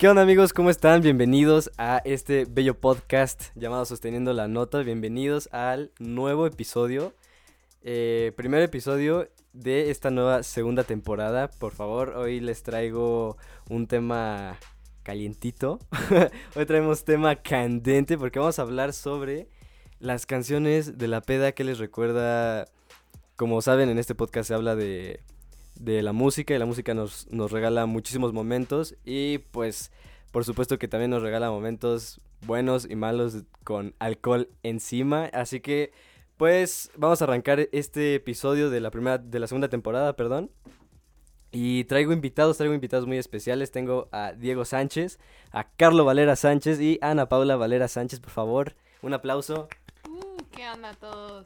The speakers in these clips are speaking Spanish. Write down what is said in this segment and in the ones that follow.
¿Qué onda, amigos? ¿Cómo están? Bienvenidos a este bello podcast llamado Sosteniendo la Nota. Bienvenidos al nuevo episodio, primer episodio de esta nueva segunda temporada. Por favor, hoy les traigo un tema calientito. Hoy traemos tema candente porque vamos a hablar sobre las canciones de la peda que les recuerda. Como saben, en este podcast se habla de la música, y la música nos regala muchísimos momentos, y pues por supuesto que también nos regala momentos buenos y malos con alcohol encima. Así que pues vamos a arrancar este episodio de la segunda temporada, perdón. Y traigo invitados muy especiales. Tengo a Diego Sánchez, a Carlo Valera Sánchez y a Ana Paula Valera Sánchez. Por favor, un aplauso. ¿Qué onda a todos?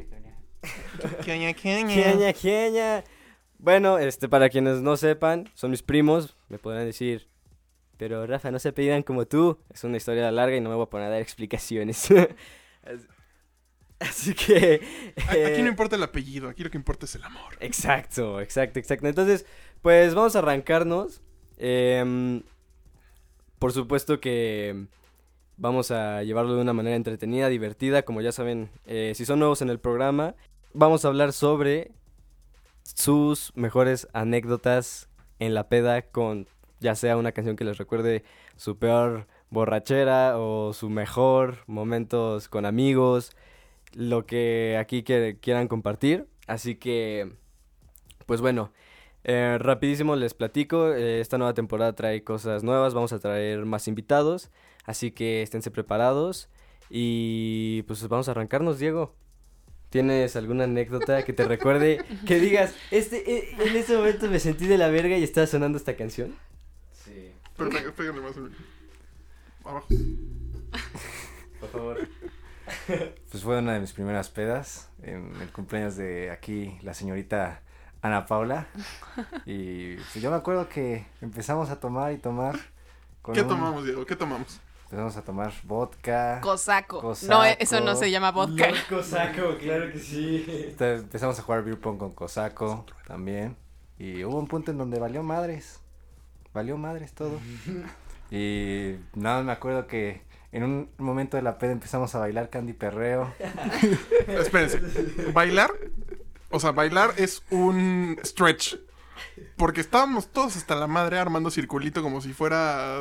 Queña. Bueno, para quienes no sepan, son mis primos. Me podrán decir, pero Rafa, no se apellidan como tú. Es una historia larga y no me voy a poner a dar explicaciones. Así que aquí no importa el apellido, aquí lo que importa es el amor. Exacto. Entonces, pues vamos a arrancarnos. Por supuesto que vamos a llevarlo de una manera entretenida, divertida. Como ya saben, si son nuevos en el programa, vamos a hablar sobre sus mejores anécdotas en la peda, con ya sea una canción que les recuerde su peor borrachera o su mejor momentos con amigos, lo que aquí quieran compartir. Así que, pues bueno, rapidísimo les platico. Esta nueva temporada trae cosas nuevas, vamos a traer más invitados, así que esténse preparados y pues vamos a arrancarnos. Diego, ¿tienes alguna anécdota que te recuerde, que digas, en ese momento me sentí de la verga y estaba sonando esta canción? Sí. Pero pégale más abajo. Por favor. Pues fue una de mis primeras pedas en el cumpleaños de aquí la señorita Ana Paula. Y pues yo me acuerdo que empezamos a tomar y tomar. Tomamos, Diego? ¿Qué tomamos? Empezamos a tomar vodka. Cosaco. No, eso no se llama vodka. No, Cosaco, claro que sí. Empezamos a jugar beer pong con Cosaco también. Y hubo un punto en donde valió madres todo. Y nada, me acuerdo que en un momento de la peda empezamos a bailar Candy Perreo. Espérense, ¿bailar? O sea, bailar es un stretch. Porque estábamos todos hasta la madre armando circulito como si fuera...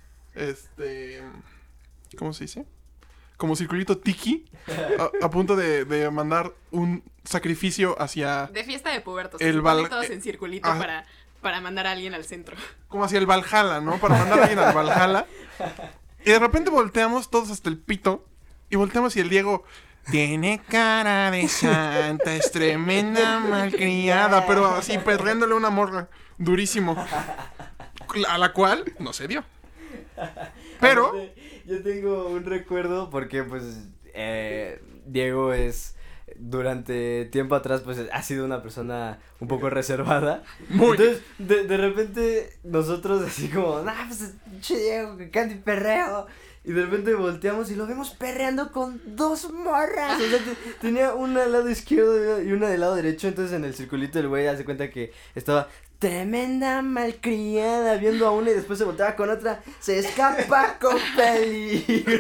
¿cómo se dice? Como circulito tiki. A punto de mandar un sacrificio hacia... De fiesta de pubertos. Todos en circulito para mandar a alguien al centro. Como hacia el Valhalla, ¿no? Para mandar a alguien al Valhalla. Y de repente volteamos todos hasta el pito. Y volteamos y el Diego... Tiene cara de santa, es tremenda malcriada. Pero así perdiéndole una morra. Durísimo. A la cual no se dio. Pero... Yo tengo un recuerdo porque pues Diego durante tiempo atrás pues ha sido una persona un poco reservada. Entonces de repente nosotros así como, pues Diego, que Candy Perreo. Y de repente volteamos y lo vemos perreando con dos morras. O sea, tenía una al lado izquierdo y una del lado derecho. Entonces en el circulito el güey hace cuenta que estaba tremenda malcriada viendo a una y después se volteaba con otra. Se escapa con peligro.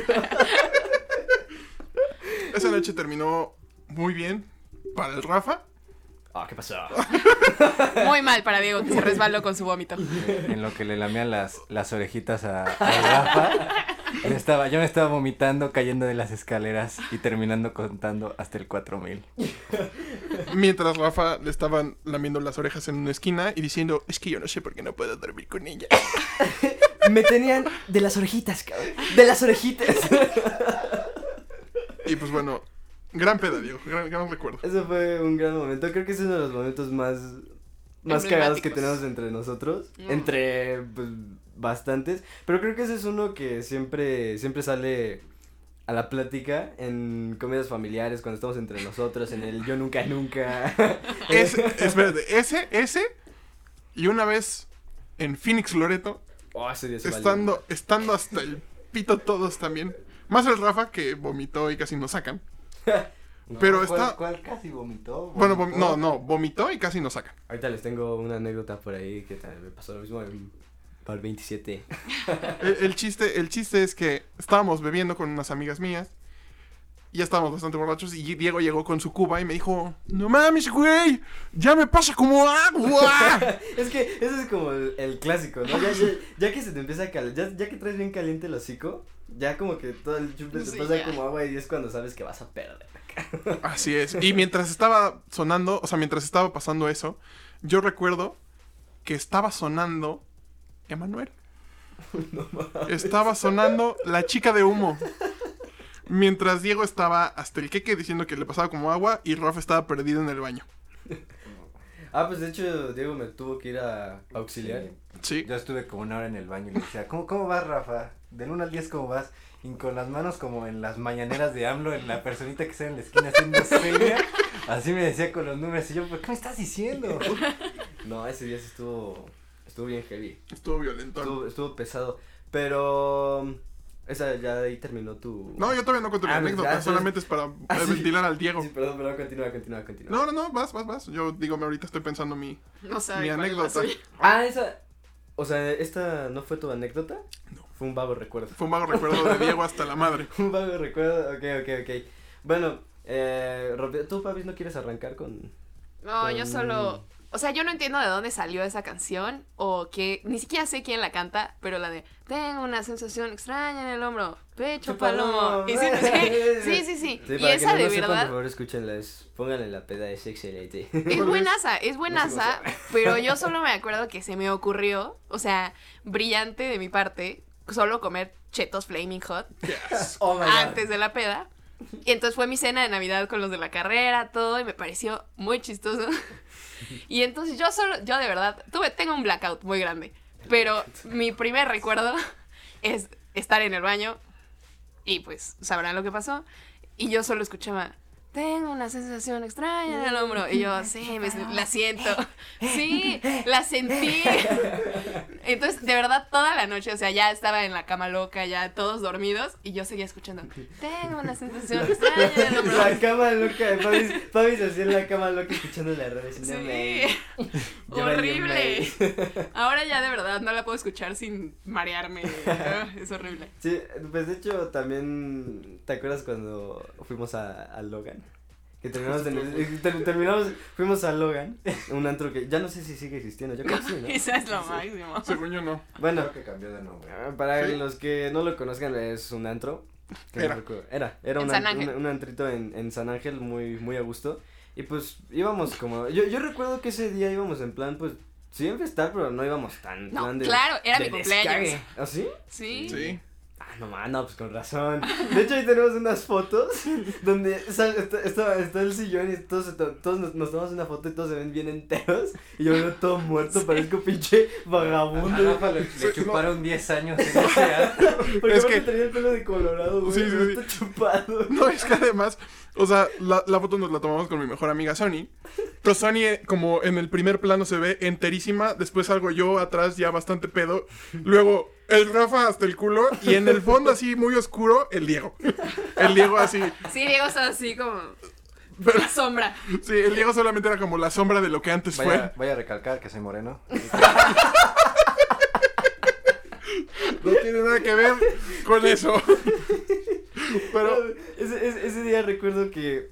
Esa noche terminó muy bien para el Rafa. ¿Qué pasó? Muy mal para Diego, que se resbaló con su vómito. En lo que le lamían las orejitas a Rafa. Yo me estaba vomitando, cayendo de las escaleras y terminando contando hasta el 4000. Mientras Rafa le estaban lamiendo las orejas en una esquina y diciendo, es que yo no sé por qué no puedo dormir con ella. Me tenían de las orejitas, cabrón. De las orejitas. Y pues bueno, gran peda, Diego, gran recuerdo. Eso fue un gran momento. Creo que es uno de los momentos más cagados que tenemos entre nosotros. Entre, pues, bastantes. Pero creo que ese es uno que siempre sale a la plática en comidas familiares, cuando estamos entre nosotros, en el yo nunca. Espérate, ese y una vez en Phoenix, Loreto, ese día se estando hasta el pito todos también. Más el Rafa, que vomitó y casi nos sacan. No, pero ¿Cuál casi vomitó? Bueno, vomitó y casi nos sacan. Ahorita les tengo una anécdota por ahí que también me pasó lo mismo Para el 27. El chiste es que estábamos bebiendo con unas amigas mías. Ya estábamos bastante borrachos y Diego llegó con su cuba y me dijo, no mames, güey, ya me pasa como agua. Es que eso es como el clásico, ¿no? Ya que se te empieza a calentar, ya que traes bien caliente el hocico, ya como que todo el chupe se pasa como agua y es cuando sabes que vas a perder. Así es. Y mientras estaba sonando, o sea, mientras estaba pasando eso, yo recuerdo que estaba sonando Emanuel. No mames. Estaba sonando La Chica de Humo. Mientras Diego estaba hasta el queque diciendo que le pasaba como agua y Rafa estaba perdido en el baño. Pues de hecho Diego me tuvo que ir a auxiliar. Sí. Yo estuve como una hora en el baño y le decía, ¿cómo vas, Rafa? Del 1 al 10, ¿cómo vas? Y con las manos como en las mañaneras de AMLO, en la personita que está en la esquina haciendo seña. Así me decía con los números y yo, ¿pero qué me estás diciendo? No, ese día sí estuvo bien heavy. Estuvo violento. Estuvo pesado. Pero esa ya ahí terminó tu... No, yo todavía no cuento mi anécdota, ya, solamente es para ventilar al Diego. Sí, perdón, continúa. No, vas. Yo digo, ahorita estoy pensando mi anécdota. Esa... O sea, ¿esta no fue tu anécdota? No. Fue un vago recuerdo. Fue un vago recuerdo de Diego hasta la madre. Un vago recuerdo, ok. Bueno, ¿tú, Pabis, no quieres arrancar con...? No, yo solo... O sea, yo no entiendo de dónde salió esa canción o que ni siquiera sé quién la canta, pero la de tengo una sensación extraña en el hombro, pecho palomo. Y sí. Y esa de verdad. Por favor, escúchenla, pónganle la peda, es excelente. Es buenaza, pero yo solo me acuerdo que se me ocurrió, o sea, brillante de mi parte, solo comer Cheetos Flaming Hot antes de la peda. Y entonces fue mi cena de Navidad con los de la carrera, todo, y me pareció muy chistoso. Y entonces yo de verdad, tengo un blackout muy grande. Pero mi primer recuerdo es estar en el baño y pues sabrán lo que pasó. Y yo solo escuchaba, tengo una sensación extraña en el hombro. Y yo, sí, la siento. Sí, la sentí. Entonces, de verdad, toda la noche, o sea, ya estaba en la cama loca, ya todos dormidos. Y yo seguía escuchando, tengo una sensación extraña en el hombro. La cama loca, Pabis hacía en la cama loca escuchando la radio. Sí, horrible. Ahora ya de verdad no la puedo escuchar sin marearme. Es horrible. Sí, pues de hecho también, ¿te acuerdas cuando fuimos a Logan? Que fuimos a Logan, un antro que ya no sé si sigue existiendo, yo creo que sí, ¿no? Esa es lo máximo. Según yo no. Bueno, Creo que cambió de nombre. Para los que no lo conozcan, es un antro. Era un antrito en San Ángel muy a gusto. Y pues íbamos como, yo recuerdo que ese día íbamos en plan, pues, sí en festar, pero no íbamos tan plan de... Claro, era de mi cumpleaños. descague. ¿Ah, sí? Sí. No, pues con razón. De hecho, ahí tenemos unas fotos donde está el sillón y todos nos tomamos una foto y todos se ven bien enteros. Y yo veo todo muerto, parezco pinche vagabundo. A Rafa le chuparon 10 años en ese antro. Porque es que tenía el pelo de colorado, güey. Sí. Está chupado. No, es que además, o sea, la foto nos la tomamos con mi mejor amiga Sony. Pero Sony, como en el primer plano se ve enterísima. Después salgo yo atrás ya bastante pedo. Luego el Rafa hasta el culo. Y en el fondo así muy oscuro, el Diego. El Diego así. Sí, Diego está así como Pero, la sombra. sí, el Diego solamente era como la sombra de lo que antes fue. Voy a recalcar que soy moreno. No tiene nada que ver con eso. Pero Ese día recuerdo que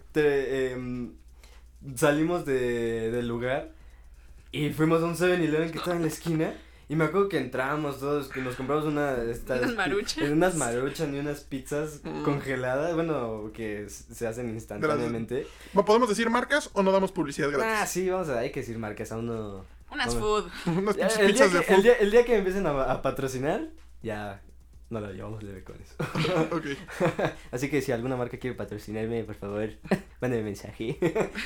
salimos del lugar y fuimos a un 7-Eleven que estaba en la esquina. Y me acuerdo que entramos todos, que nos compramos Unas maruchan y unas pizzas congeladas, bueno, que se hacen instantáneamente. ¿podemos decir marcas o no damos publicidad gratis? Sí, hay que decir marcas, aún no... Unas food. Unas Ya, pizzas de food. el día que me empiecen a patrocinar, ya no lo llevamos leve con eso. Ok. Así que si alguna marca quiere patrocinarme, por favor, mándenme mensaje.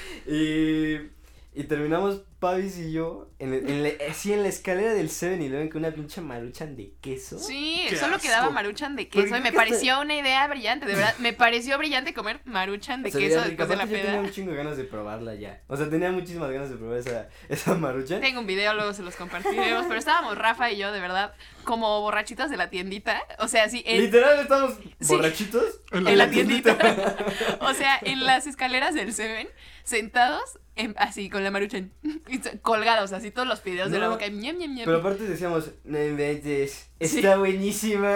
Y terminamos Pavis y yo en la escalera del 7-Eleven con una pinche maruchan de queso. Sí, Qué solo asco. quedaba maruchan de queso y me pareció una idea brillante, de verdad, me pareció brillante comer maruchan de Se veía queso rica. después de la Aparte, yo tenía peda. un chingo de ganas de probarla ya. O sea, tenía muchísimas ganas de probar esa maruchan. Tengo un video, luego se los compartiremos, pero estábamos Rafa y yo, de verdad, como borrachitas de la tiendita, o sea, sí, Literal, estamos Sí. borrachitos. en la tiendita. O sea, en las escaleras del Seven, sentados así, con la maruchan, colgados, así todos los fideos de la No, boca. Ñam, ñam, ñam. Pero aparte decíamos, no inventes, está buenísima.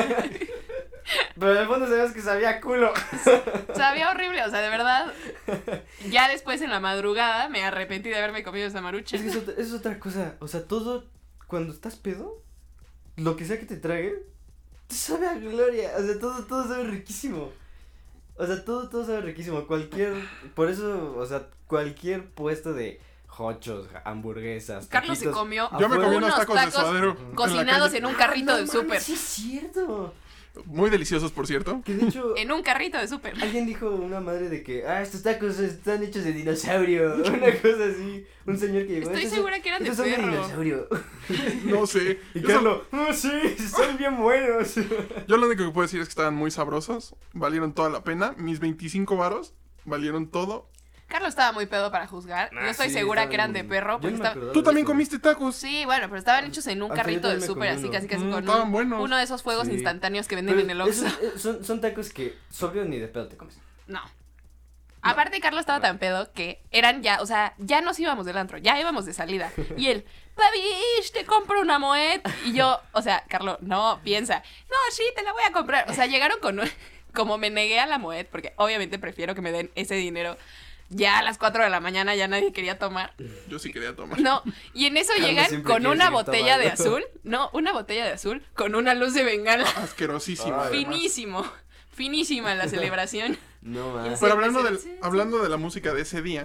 Pero en el fondo sabíamos que sabía a culo. Sabía horrible, o sea, de verdad. Ya después en la madrugada me arrepentí de haberme comido esa maruchan. Es que eso es otra cosa. O sea, todo, cuando estás pedo, lo que sea que te trague, te sabe a gloria. O sea, todo sabe riquísimo. O sea, todo sabe riquísimo. Por eso, o sea, cualquier puesto de hochos, hamburguesas, Carlos se taquitos, comió Yo me comí unos unos tacos de suadero. cocinados en un carrito de no súper. mames, sí es cierto. Muy deliciosos, por cierto. Que de hecho, En un carrito de súper. alguien dijo una madre de que, estos tacos están hechos de dinosaurio. Una cosa así. Un señor que llegó. Estoy "Estos segura que eran de estos son perro". dinosaurio. No sé. Y Eso- Carlos, no, sí, están bien buenos. Yo lo único que puedo decir es que estaban muy sabrosos. Valieron toda la pena. Mis 25 varos valieron todo. Carlos estaba muy pedo para juzgar. Yo estoy segura que eran de perro. Porque Tú también comiste tacos. Sí, bueno, pero estaban hechos en un Hasta yo carrito de también me súper, comí así uno. casi con Estaban buenos. uno de esos fuegos Sí. instantáneos que venden en el Oxxo. Son tacos que sobrio ni de pedo te comes. No. Aparte, Carlos estaba tan pedo que eran ya, o sea, ya nos íbamos del antro, ya íbamos de salida. Y él, Babish, te compro una Moet. Y yo, o sea, Carlos, no, piensa, no, sí, te la voy a comprar. O sea, llegaron con como me negué a la Moet, porque obviamente prefiero que me den ese dinero. Ya a las 4 de la mañana ya nadie quería tomar. Yo sí quería tomar. No, y en eso Carlos llegan siempre con quiere una seguir botella de tomando. azul. No, una botella de azul con una luz de bengala. Asquerosísimo. Ay, además. Finísimo. Finísima la celebración. No mames. Pero Sí. hablando de la música de ese día,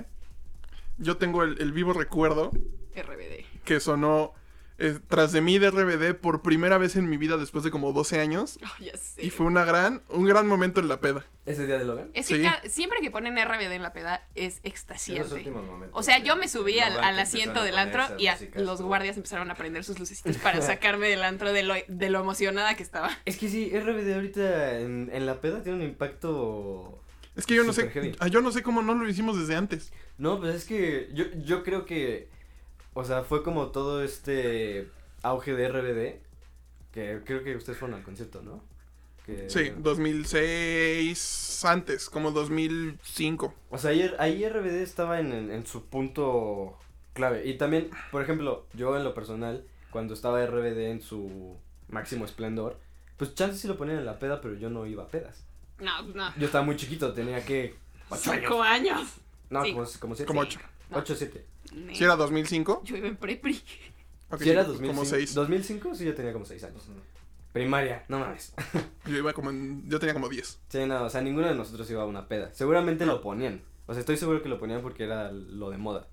yo tengo el vivo recuerdo RBD. que sonó tras de mí de RBD por primera vez en mi vida después de como 12 años. Oh, ya sé. Y fue un gran momento en la peda. ¿Ese día de Logan? Es que Sí. siempre que ponen RBD en la peda es En los extasiante. últimos momentos. O sea, yo me subí al Logan, que asiento del empezaron a antro poner y esas músicas, los todo. guardias empezaron a prender sus lucecitas para sacarme del antro de lo emocionada que estaba. Es que sí, RBD ahorita en la peda tiene un impacto. Es que yo no Súper sé, heavy. yo no sé cómo no lo hicimos desde antes. No, pues es que yo creo que, o sea, fue como todo este auge de RBD, que creo que ustedes fueron al concierto, ¿no? Que, Sí, 2006 antes, como 2005. O sea, ahí RBD estaba en su punto clave. Y también, por ejemplo, yo en lo personal, cuando estaba RBD en su máximo esplendor, pues chance sí lo ponían en la peda, pero yo no iba a pedas. No, no. Yo estaba muy chiquito, tenía que 8 años. 5 años. No, Sí. como 7. Como 8. No. 8, 7. Si era 2005. Yo iba en prepri. Ok, Si era sí, 2005, como 6. 2005, sí, yo tenía como 6 años. Primaria, no mames. Yo tenía como 10. Sí, no, o sea, ninguno de nosotros iba a una peda. Seguramente lo ponían. O sea, estoy seguro que lo ponían porque era lo de moda.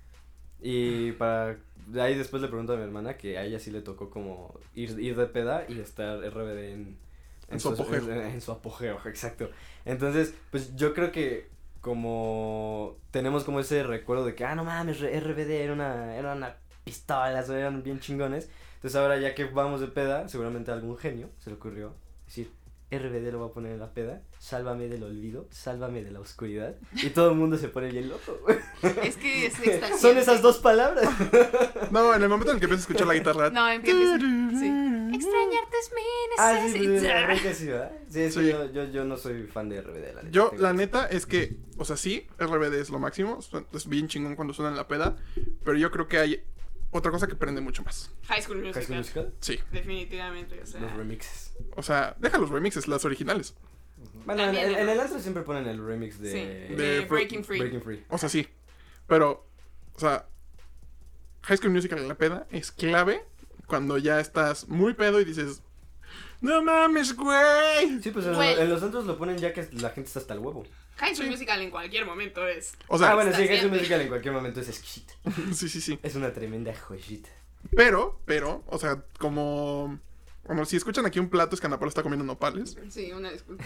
Y de ahí después le pregunto a mi hermana que a ella sí le tocó como ir de peda y estar RBD En su apogeo. En su apogeo, exacto. Entonces, pues yo creo que como tenemos como ese recuerdo de que, no mames, RBD era una pistola, eran bien chingones. Entonces ahora ya que vamos de peda, seguramente a algún genio se le ocurrió decir, RBD lo va a poner en la peda, sálvame del olvido, sálvame de la oscuridad. Y todo el mundo se pone bien loco. Es que es extasiante. Son esas dos palabras. No, en el momento en el que empiezas a escuchar la guitarra. No, empieza. Sí. Extrañarte es mi Sí, necesidad. creo que sí, ¿verdad? Sí, es que Sí. yo no soy fan de RBD, la neta. Yo, Tengo la que- neta, es que, o sea, sí, RBD es lo máximo. Es bien chingón cuando suena en la peda. Pero yo creo que hay otra cosa que prende mucho más. High School High Musical. School Musical, Sí. Definitivamente, o sea. los remixes. O sea, deja los remixes, las originales. Bueno, También, en ¿no? el antro siempre ponen el remix de... Sí, de de Fr- Breaking Free. Breaking Free. O sea, sí. Pero, o sea, High School Musical en la peda es clave cuando ya estás muy pedo y dices, no mames, güey. Sí, pues Güey. en los antros lo ponen ya que la gente está hasta el huevo. High School Musical en cualquier momento es. O sea, Bueno, sí, High School siempre. Musical en cualquier momento es exquisita. sí, sí, sí. Es una tremenda joyita. Pero, o sea, como si escuchan aquí un plato, es que Ana Paula está comiendo nopales. Sí, una disculpa.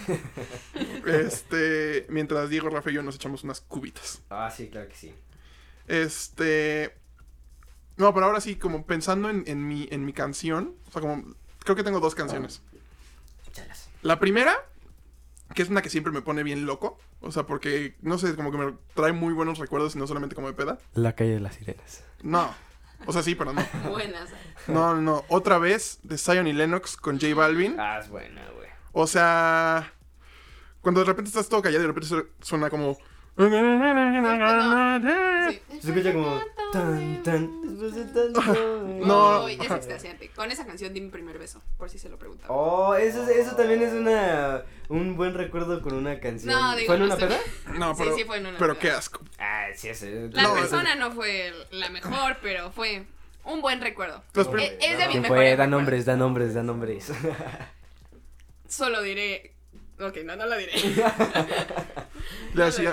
Mientras Diego, Rafa y yo nos echamos unas cubitas. Ah, sí, claro que sí. No, pero ahora sí, como pensando en mi canción, o sea, como, creo que tengo dos canciones. Chalas. La primera, que es una que siempre me pone bien loco, o sea, porque, no sé, como que me trae muy buenos recuerdos y no solamente como de peda. La calle de las sirenas. No, o sea, sí, pero no. Buenas. No, otra vez, de Zion y Lennox con J Balvin. Ah, es buena, güey. O sea, cuando de repente estás todo callado y de repente suena como Sí. Se escucha como tan, tan, después de tanto. No. Uy, es extasiante. Con esa canción di mi primer beso, por si se lo preguntaba. Oh, eso también es un buen recuerdo con una canción. No, digo, ¿Fue en no una estoy- peda? No, pero, Sí, fue en una pero peda. qué asco. Ah, sí, ese. La No, persona no fue la mejor, pero fue un buen recuerdo. Los Es de mis ¿Quién mejores fue? Da recuerdos. nombres, da nombres, da nombres. Solo diré. Ok, no lo diré. Le hacía.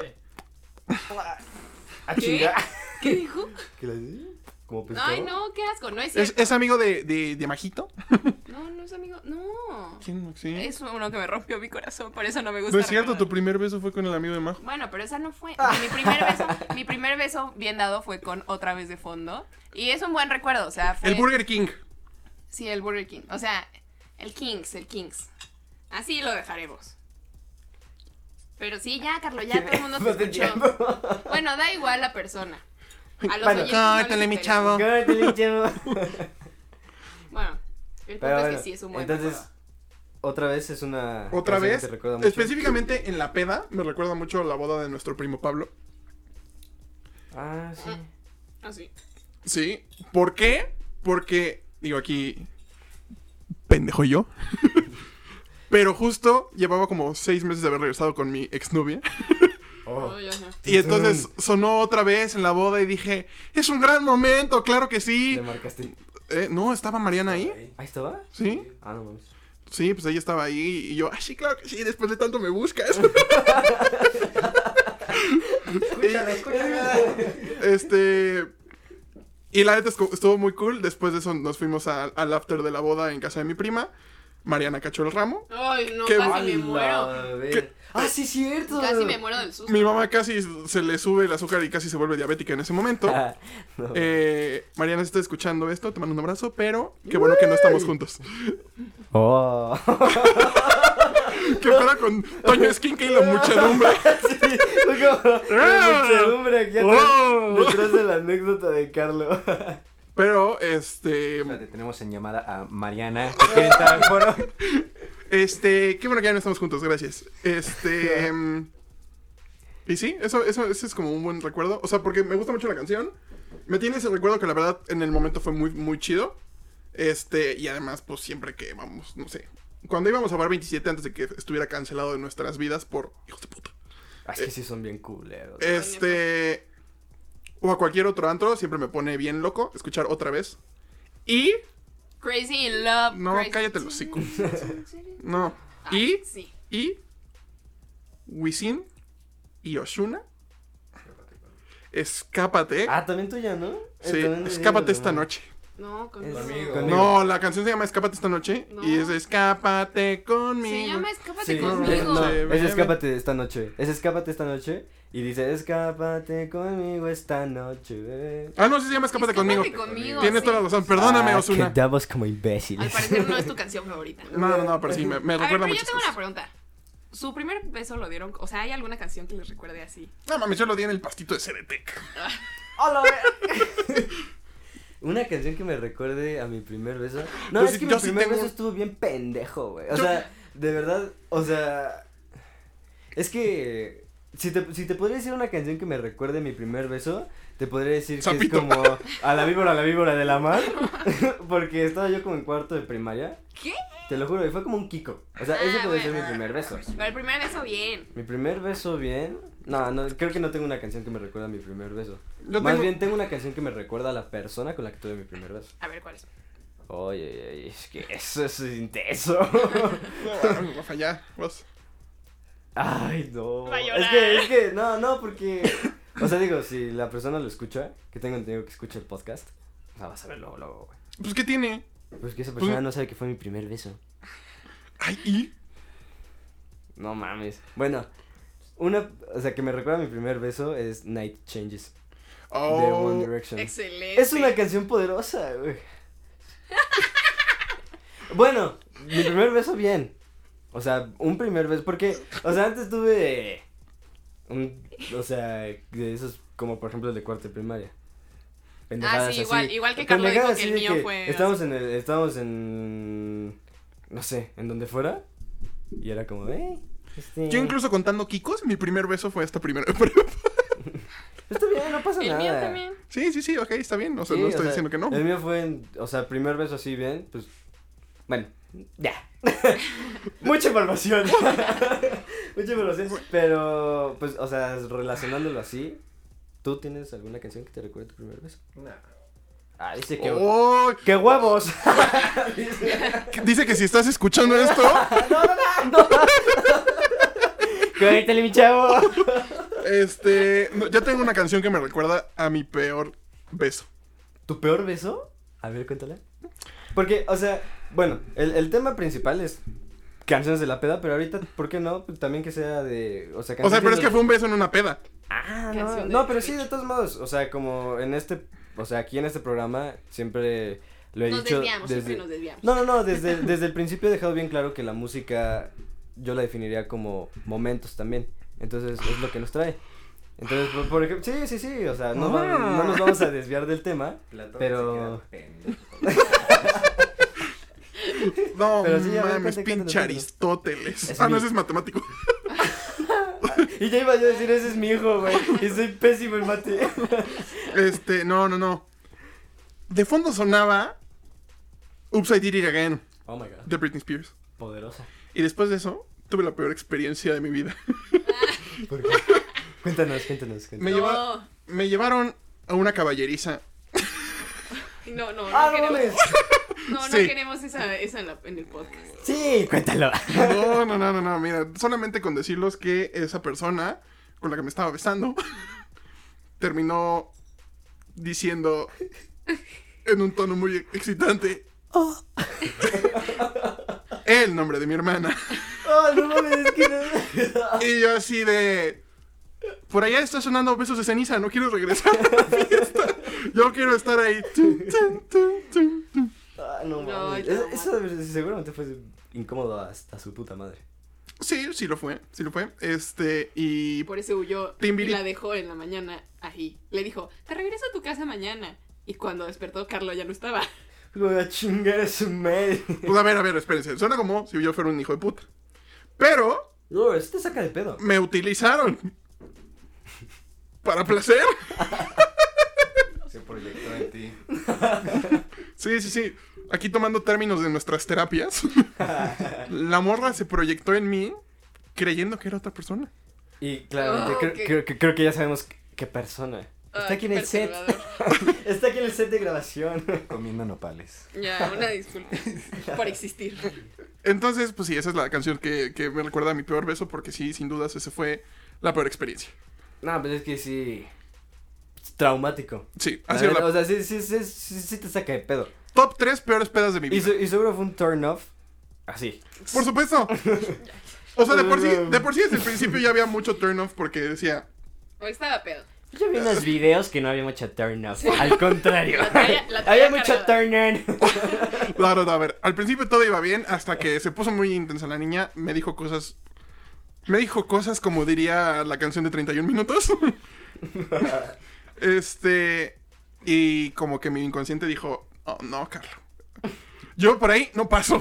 Ah, ¿Qué? chinga. ¿Qué dijo? ¿Qué le dices? ¿Como pescado? Ay, no, qué asco. No es ¿Es, cierto. es amigo de Majito? No, no es amigo. No. ¿Quién? Sí. Es uno que me rompió mi corazón, por eso no me gusta. No es cierto, recordar. tu primer beso fue con el amigo de Majo. Bueno, pero esa no fue. Ah. Mi primer beso bien dado fue con Otra Vez de Fondo. Y es un buen recuerdo, o sea, fue... El Burger King. Sí, el Burger King. O sea, el Kings. Así lo dejaremos. Pero sí, ya, Carlos, ya todo el mundo No te te escuchó. entiendo. Bueno, da igual la persona. A los Bueno, oyentes no les córtale, mi interesa. chavo. Córtale, chavo. Bueno, el punto Pero es bueno, que sí es un buen entonces, recuerdo. otra vez es una Otra canción que vez, te recuerda mucho. específicamente en la peda, me recuerda mucho la boda de nuestro primo Pablo. Ah, sí. Así. Sí. ¿Por qué? Porque, digo aquí, pendejo yo. Pero justo llevaba como 6 meses de haber regresado con mi exnovia. Oh. Oh, ya sé. Y entonces sonó otra vez en la boda y dije, es un gran momento, claro que sí. Le marcaste. No, estaba Mariana ahí. ¿Ahí estaba? Sí, Ah, no mames. sí, pues ella estaba ahí y yo, ay, sí, claro que sí, después de tanto me buscas. Y la neta estuvo muy cool. Después de eso nos fuimos al after de la boda en casa de mi prima. Mariana cachó el ramo. Ay, no, Qué casi me ¡Hala, muero. ver! ¿Qué? Ah, sí, cierto. Casi me muero del susto. Mi mamá casi se le sube el azúcar y casi se vuelve diabética en ese momento. Ah, no. Mariana, si estás escuchando esto, te mando un abrazo, pero qué bueno que no estamos juntos. Oh. ¿Qué para con Toño Esquinca y la muchedumbre? Sí, fue como la muchedumbre aquí Oh. detrás de la anécdota de Carlos. Pero, Espérate, tenemos en llamada a Mariana. que quiere entrar al foro. qué bueno que ya no estamos juntos, gracias. Y sí, eso es como un buen recuerdo. O sea, porque me gusta mucho la canción. Me tiene ese recuerdo que la verdad en el momento fue muy, muy chido. Y además, pues siempre que vamos, no sé. Cuando íbamos a Bar 27 antes de que estuviera cancelado de nuestras vidas por hijos de puta. Es que sí son bien culeros. O a cualquier otro antro, siempre me pone bien loco escuchar otra vez. Y. Crazy in Love. No, crazy- cállate el hocico. No. Y. Sí. Y. Wisin y Ozuna. Escápate. Ah, también tuya, ¿no? Sí, También de escápate Diego, esta ¿no? noche. No, con Es- conmigo. conmigo. No, la canción se llama Escápate esta noche. No. Y es Escápate conmigo. Se llama Escápate Sí, conmigo. no, Sí, es bebé. escápate esta noche. Es escápate esta noche. Y dice, escápate conmigo esta noche, bebé. Ah, no, sí se llama Escápate conmigo. Tienes sí. toda la razón. Perdóname, Ah, Ozuna. quedamos como Al imbéciles. parecer no es tu canción favorita. No, pero sí, me A ver, recuerda pero yo muchas tengo una cosas. pregunta. ¿Su primer beso lo dieron? O sea, ¿hay alguna canción que les recuerde así? No, mami, yo lo di en el pastito de Ceretec. Una canción que me recuerde a mi primer beso. No, Yo es sí- que mi yo sí primer tengo- beso estuvo bien pendejo, güey. O Yo- sea, de verdad, o sea. Es que. Si te podría decir una canción que me recuerde mi primer beso, te podría decir que Sapito. es como a la víbora de la mar. Porque estaba yo como en cuarto de primaria. ¿Qué? Te lo juro, y fue como un Kiko. O sea, ese Ah, puede ser mi bueno. primer beso. Pero el primer beso, bien. Mi primer beso, bien. No, creo que no tengo una canción que me recuerda a mi primer beso. Yo Más tengo- bien tengo una canción que me recuerda a la persona con la que tuve mi primer beso. A ver, ¿cuál es? Oye, es que eso es intenso. No, Rafa, ya, vos. Ay, no. Va a llorar. Es que, no, porque. O sea, digo, si la persona lo escucha, que tengo entendido que escucha el podcast, o sea, vas a ver luego, güey. Pues, ¿qué tiene? Pues que esa persona no sabe que fue mi primer beso. Ay, ¿y? No mames. Bueno, o sea, que me recuerda a mi primer beso es Night Changes de One Oh, Direction. Excelente. Es una canción poderosa, güey. Bueno, mi primer beso bien. O sea, un primer beso, porque, o sea, antes tuve o sea, de esos, como por ejemplo el de cuarto de primaria. Pendejadas sí, así. igual que Carlos dijo Pendejadas que el así de mío fue Estábamos en, no sé, en donde fuera, y era como, Yo incluso contando Kikos, mi primer beso fue hasta primero de prepa. Está bien, no pasa El nada. mío también. Sí, ok, está bien. O sea, Sí, no estoy diciendo que no. El mío fue, o sea, primer beso así bien, pues, bueno, ya. Mucha información. Mucha información. Pero, pues, o sea, relacionándolo así, ¿tú tienes alguna canción que te recuerde tu primer beso? No. Ah, dice que... ¡Oh! ¡Qué huevos! Dice que si estás escuchando esto, No. Cuéntale, mi chavo. ya tengo una canción que me recuerda a mi peor beso. ¿Tu peor beso? A ver, cuéntale. Porque, o sea, bueno, el tema principal es canciones de la peda, pero ahorita, ¿por qué no? Pues también que sea de... O sea, Pero es que fue un beso en una peda. Ah, Canción no, de pero sí, de despecho. todos modos, o sea, como en o sea, aquí en este programa siempre lo he Nos dicho desviamos, siempre nos desviamos. No, desde el principio he dejado bien claro que la música yo la definiría como momentos también, entonces es lo que nos trae. Entonces, por ejemplo, sí, o sea, no nos vamos a desviar del tema, pero... No, Pero sí, a ver, mames, cuéntale, pinche cuéntale. Aristóteles. Es No, mi- ese es matemático. Y ya iba yo a decir, ese es mi hijo, güey, y soy pésimo en mate. No. De fondo sonaba Oops, I Did It Again, Oh my god, de Britney Spears. poderosa. Y después de eso, tuve la peor experiencia de mi vida. ¿Por qué? Cuéntanos. Me llevaron a una caballeriza. No Ah, no queremos. mames. No Sí. queremos esa en el podcast. Sí, cuéntalo. No, mira, solamente con decirlos que esa persona con la que me estaba besando terminó diciendo en un tono muy excitante el nombre de mi hermana. Oh, no mames, es que no. Y yo así de... Por allá está sonando Besos de Ceniza, no quiero regresar a la fiesta. Yo quiero estar ahí. Tum, tum, tum, tum, tum. Ah, no No, mames. yo Eso seguramente fue incómodo hasta su puta madre. Sí lo fue. Y... Por eso huyó y Timbiri. la dejó en la mañana ahí. Le dijo, te regreso a tu casa mañana. Y cuando despertó, Carlos ya no estaba. Voy a chingar a su madre. Pues a ver, espérense. Suena como si yo fuera un hijo de puta. Pero No, eso te saca de pedo. me utilizaron para placer. Se proyectó en ti. Sí. Aquí tomando términos de nuestras terapias. La morra se proyectó en mí creyendo que era otra persona. Y claramente Oh, creo que ya sabemos qué persona. Está aquí en el set. Perturbador. Está aquí en el set de grabación. Comiendo nopales. Ya, una disculpa por existir. Entonces, pues sí, esa es la canción que me recuerda a mi peor beso, porque sí, sin dudas, ese fue la peor experiencia. No, pero es que sí. Es traumático. Sí, La ha sido neta, la O sea, sí te saca de pedo. top 3 peores pedas de mi Y, vida. y seguro fue un turn off. Así. Por supuesto. O sea, de por sí desde el principio ya había mucho turn off porque decía, O estaba pedo. Yo vi unos videos que no había mucho turn off. Al contrario. La traía Había mucho cargada. turn on. claro, a ver, al principio todo iba bien hasta que se puso muy intensa la niña, me dijo cosas como diría la canción de 31 minutos. Y como que mi inconsciente dijo, oh, no, Carlos. Yo por ahí no paso.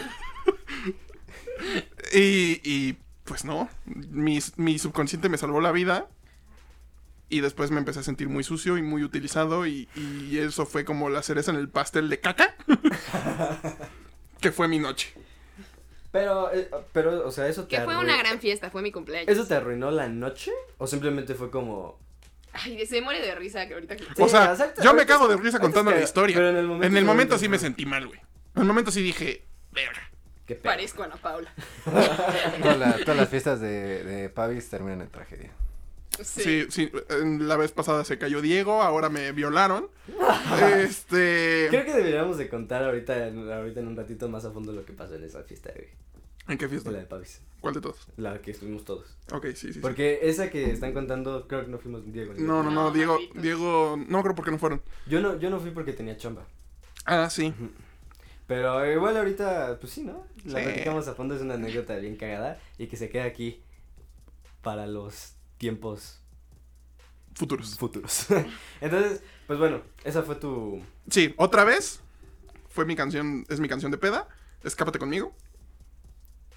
y pues no, mi subconsciente me salvó la vida. Y después me empecé a sentir muy sucio y muy utilizado. Y eso fue como la cereza en el pastel de caca. Que fue mi noche. Pero, o sea, eso te Que fue una gran fiesta, fue mi cumpleaños. ¿Eso te arruinó la noche? ¿O simplemente fue como... Ay, se muere de risa que ahorita que... O sea, exacto, yo me ahorita cago de sí. risa Ahorita contando sí, la historia. pero en el momento sí me sentí sentí mal, güey. En el momento sí dije, verga. Qué pedo. Parezco a Ana Paula. Todas las fiestas de Pavis terminan en tragedia. Sí. Sí, la vez pasada se cayó Diego, ahora me violaron. Creo que deberíamos de contar ahorita en un ratito más a fondo lo que pasó en esa fiesta, güey. ¿En qué fiesta? La de Pavis. ¿Cuál de todos? La que estuvimos todos. Ok, sí. Porque esa que están contando, creo que no fuimos Diego. ni yo. No, No, malditos. Diego, no creo por qué no fueron. Yo no fui porque tenía chamba. Ah, sí. Pero igual ahorita, pues sí, ¿no? La Sí. platicamos a fondo, es una anécdota bien cagada y que se queda aquí para los tiempos Futuros. futuros. Entonces, pues bueno, esa fue tu... Sí, otra vez. Es mi canción de peda. Escápate conmigo.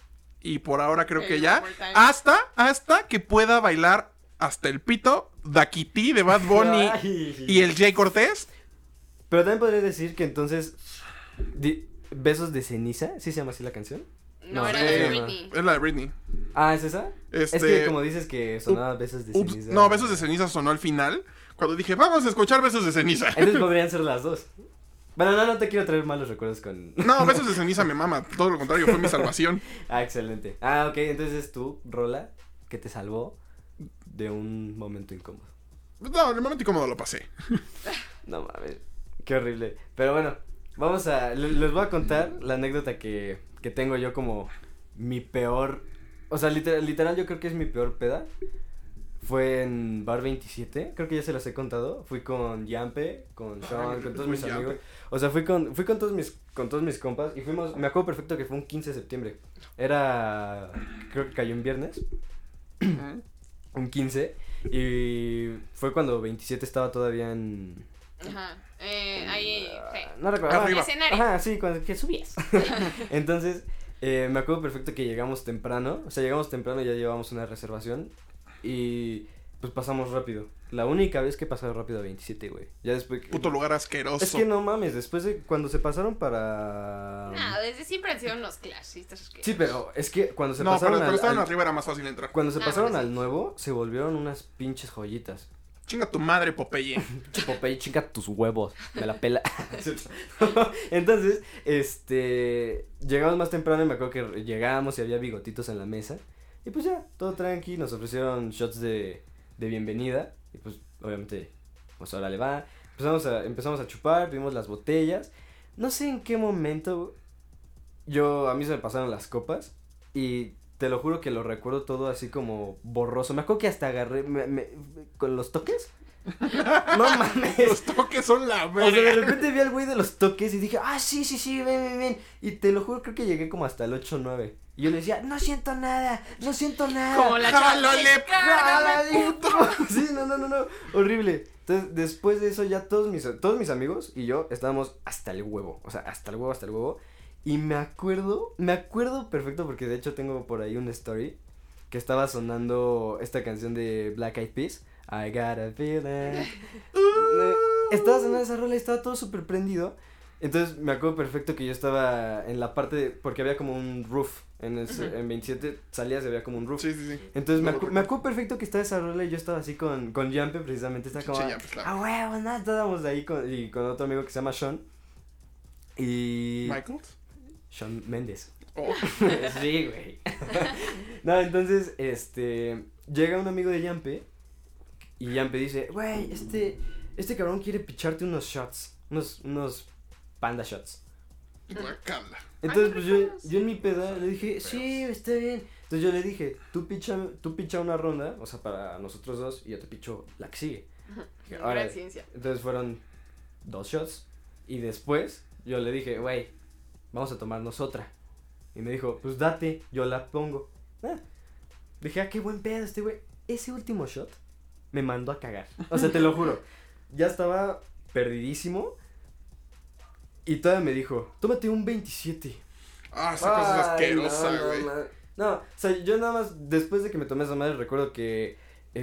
Y por ahora creo El que ya. One More Time. Hasta que pueda bailar hasta el pito Daquiti de Bad Bunny Ay. y el Jay Cortés. Pero también podría decir que entonces. Besos de ceniza, ¿sí se llama así la canción? No, No, era ¿cómo de se llama? Britney. Es la de Britney. Ah, ¿es esa? Es que como dices que sonaba besos de Ups, ceniza. no, Besos de Ceniza sonó al final. Cuando dije, vamos a escuchar Besos de Ceniza. Entonces podrían ser las dos. Bueno, no te quiero traer malos recuerdos con... No, Besos de Ceniza me mama. Todo lo contrario, fue mi salvación. Ah, excelente. Ah, ok, entonces tú, Rola, que te salvó de un momento incómodo. No, el momento incómodo lo pasé. No mames, qué horrible. Pero bueno, vamos a... Les voy a contar la anécdota que tengo yo como mi peor... O sea, literal yo creo que es mi peor peda. Fue en Bar 27, creo que ya se las he contado. Fui con Yampe, con Sean, con todos mis Yampe. amigos. O sea, fui con todos mis compas y fuimos, me acuerdo perfecto que fue un 15 de septiembre. Creo que cayó un viernes, un 15, y fue cuando 27 estaba todavía en... Ajá. Ahí, sí. No recuerdo. Arriba. Escenario. Ajá, sí, cuando que subías. Entonces, me acuerdo perfecto que llegamos temprano. O sea, llegamos temprano y ya llevamos una reservación. Y pues pasamos rápido. La única vez que pasaron rápido a 27, güey. Ya después. Puto lugar asqueroso. Es que no mames, después de cuando se pasaron para. No, desde siempre han sido unos clasistas. Sí, pero es que cuando se No, pasaron pero estaban al, arriba era más fácil entrar. cuando se Ah, pasaron bueno, sí. al nuevo, se volvieron unas pinches joyitas. Chinga tu madre, Popeye. Pinche Popeye, chinga tus huevos, me la pela. Entonces, llegamos más temprano y me acuerdo que llegamos y había bigotitos en la mesa. Y pues ya, todo tranqui, nos ofrecieron shots de bienvenida. Y pues, obviamente, pues ahora le va. Empezamos a chupar, vimos las botellas. No sé en qué momento a mí se me pasaron las copas. Y te lo juro que lo recuerdo todo así como borroso. Me acuerdo que hasta agarré con los toques. No mames. Los toques son la O sea, de verga. repente vi al güey de los toques y dije, sí, ven. Y te lo juro, creo que llegué como hasta el 8 o 9. Y yo le decía, no siento nada. Como la chava. ¡Jálale, ¡Jálale, puto! Sí, no, horrible. Entonces, después de eso ya todos mis amigos y yo estábamos hasta el huevo. O sea, hasta el huevo. Y me acuerdo perfecto porque de hecho tengo por ahí una story que estaba sonando esta canción de Black Eyed Peas. I got a feeling. Estaba sonando esa rola y estaba todo súper prendido. Entonces me acuerdo perfecto que yo estaba en la parte porque había como un roof. En 27 salías y había como un roof. Sí. Entonces me acuerdo perfecto que estaba esa rola y yo estaba así con Yampe precisamente. Estaba como, Pinche Yampe, claro. huevo, nada, estábamos ahí con otro amigo que se llama Sean. Y... ¿Michaels? Sean Méndez. Oh. Sí, güey. No, entonces, llega un amigo de Yampe y Yampe dice, güey, este cabrón quiere picharte unos shots, unos panda shots. Guacala. Entonces, pues yo en mi peda le dije, sí, está bien. Entonces yo le dije, tú picha una ronda, o sea, para nosotros dos, y yo te picho la que sigue. Dije, Gran "Órale". ciencia. Entonces fueron 2 shots, y después yo le dije, güey, vamos a tomarnos otra. Y me dijo, pues date, yo la pongo. Dije, qué buen pedo este güey. Ese último shot me mandó a cagar. O sea, te lo juro. Ya estaba perdidísimo. Y todavía me dijo, tómate un 27. Ah, esa cosa es Ay, asquerosa, güey. No, o sea, yo nada más, después de que me tomé esa madre, recuerdo que,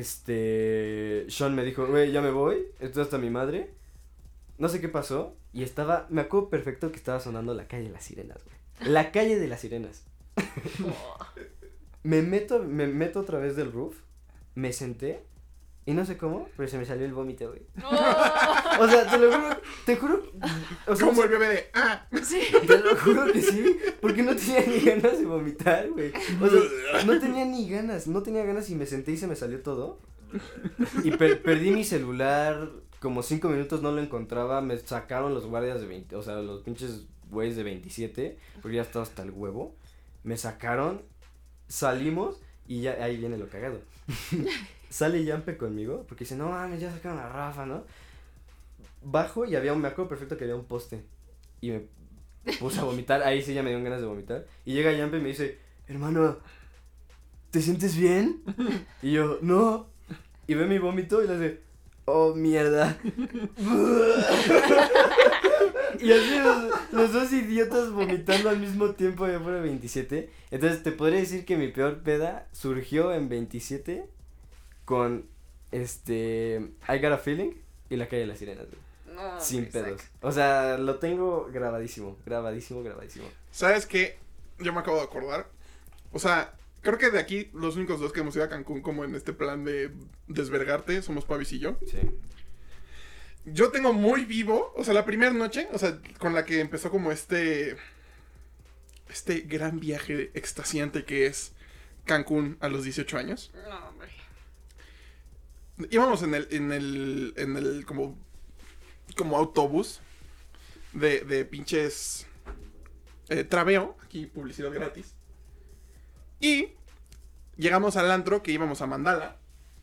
Sean me dijo, güey, ya me voy, esto hasta mi madre. No sé qué pasó, y me acuerdo perfecto que estaba sonando La Calle de las Sirenas, güey. La Calle de las Sirenas. Me meto otra vez del roof, me senté, y no sé cómo, pero se me salió el vómito, güey. O sea, te juro, o sea, Como el bebé de, Sí. te lo juro que sí, porque no tenía ni ganas de vomitar, güey. O sea, no tenía ganas y me senté y se me salió todo. Y perdí mi celular, como 5 minutos no lo encontraba, me sacaron los guardias de 20, o sea, los pinches güeyes de 27, porque ya estaba hasta el huevo. Me sacaron, salimos y ya ahí viene lo cagado. Sale Yampe conmigo, porque dice, no mames, ya sacaron a Rafa, ¿no? Bajo y me acuerdo perfecto que había un poste. Y me puse a vomitar, ahí sí ya me dieron ganas de vomitar. Y llega Yampe y me dice, hermano, ¿te sientes bien? Y yo, no. Y ve mi vómito y le dice, oh, mierda. Y así los dos idiotas vomitando al mismo tiempo allá fuera de 27. Entonces te podría decir que mi peor peda surgió en 27 con I Got a Feeling y La Calle de las Sirenas, güey. No, Sin me pedos. saca. O sea, lo tengo grabadísimo. ¿Sabes qué? Yo me acabo de acordar. O sea, creo que de aquí los únicos dos que hemos ido a Cancún como en este plan de desvergarte somos Pavis y yo. Sí. Yo tengo muy vivo, o sea, la primera noche, o sea, con la que empezó como este gran viaje extasiante que es Cancún a los 18 años. No, hombre. Íbamos en el como autobús de pinches Traveo, aquí publicidad gratis. Y llegamos al antro que íbamos a Mandala.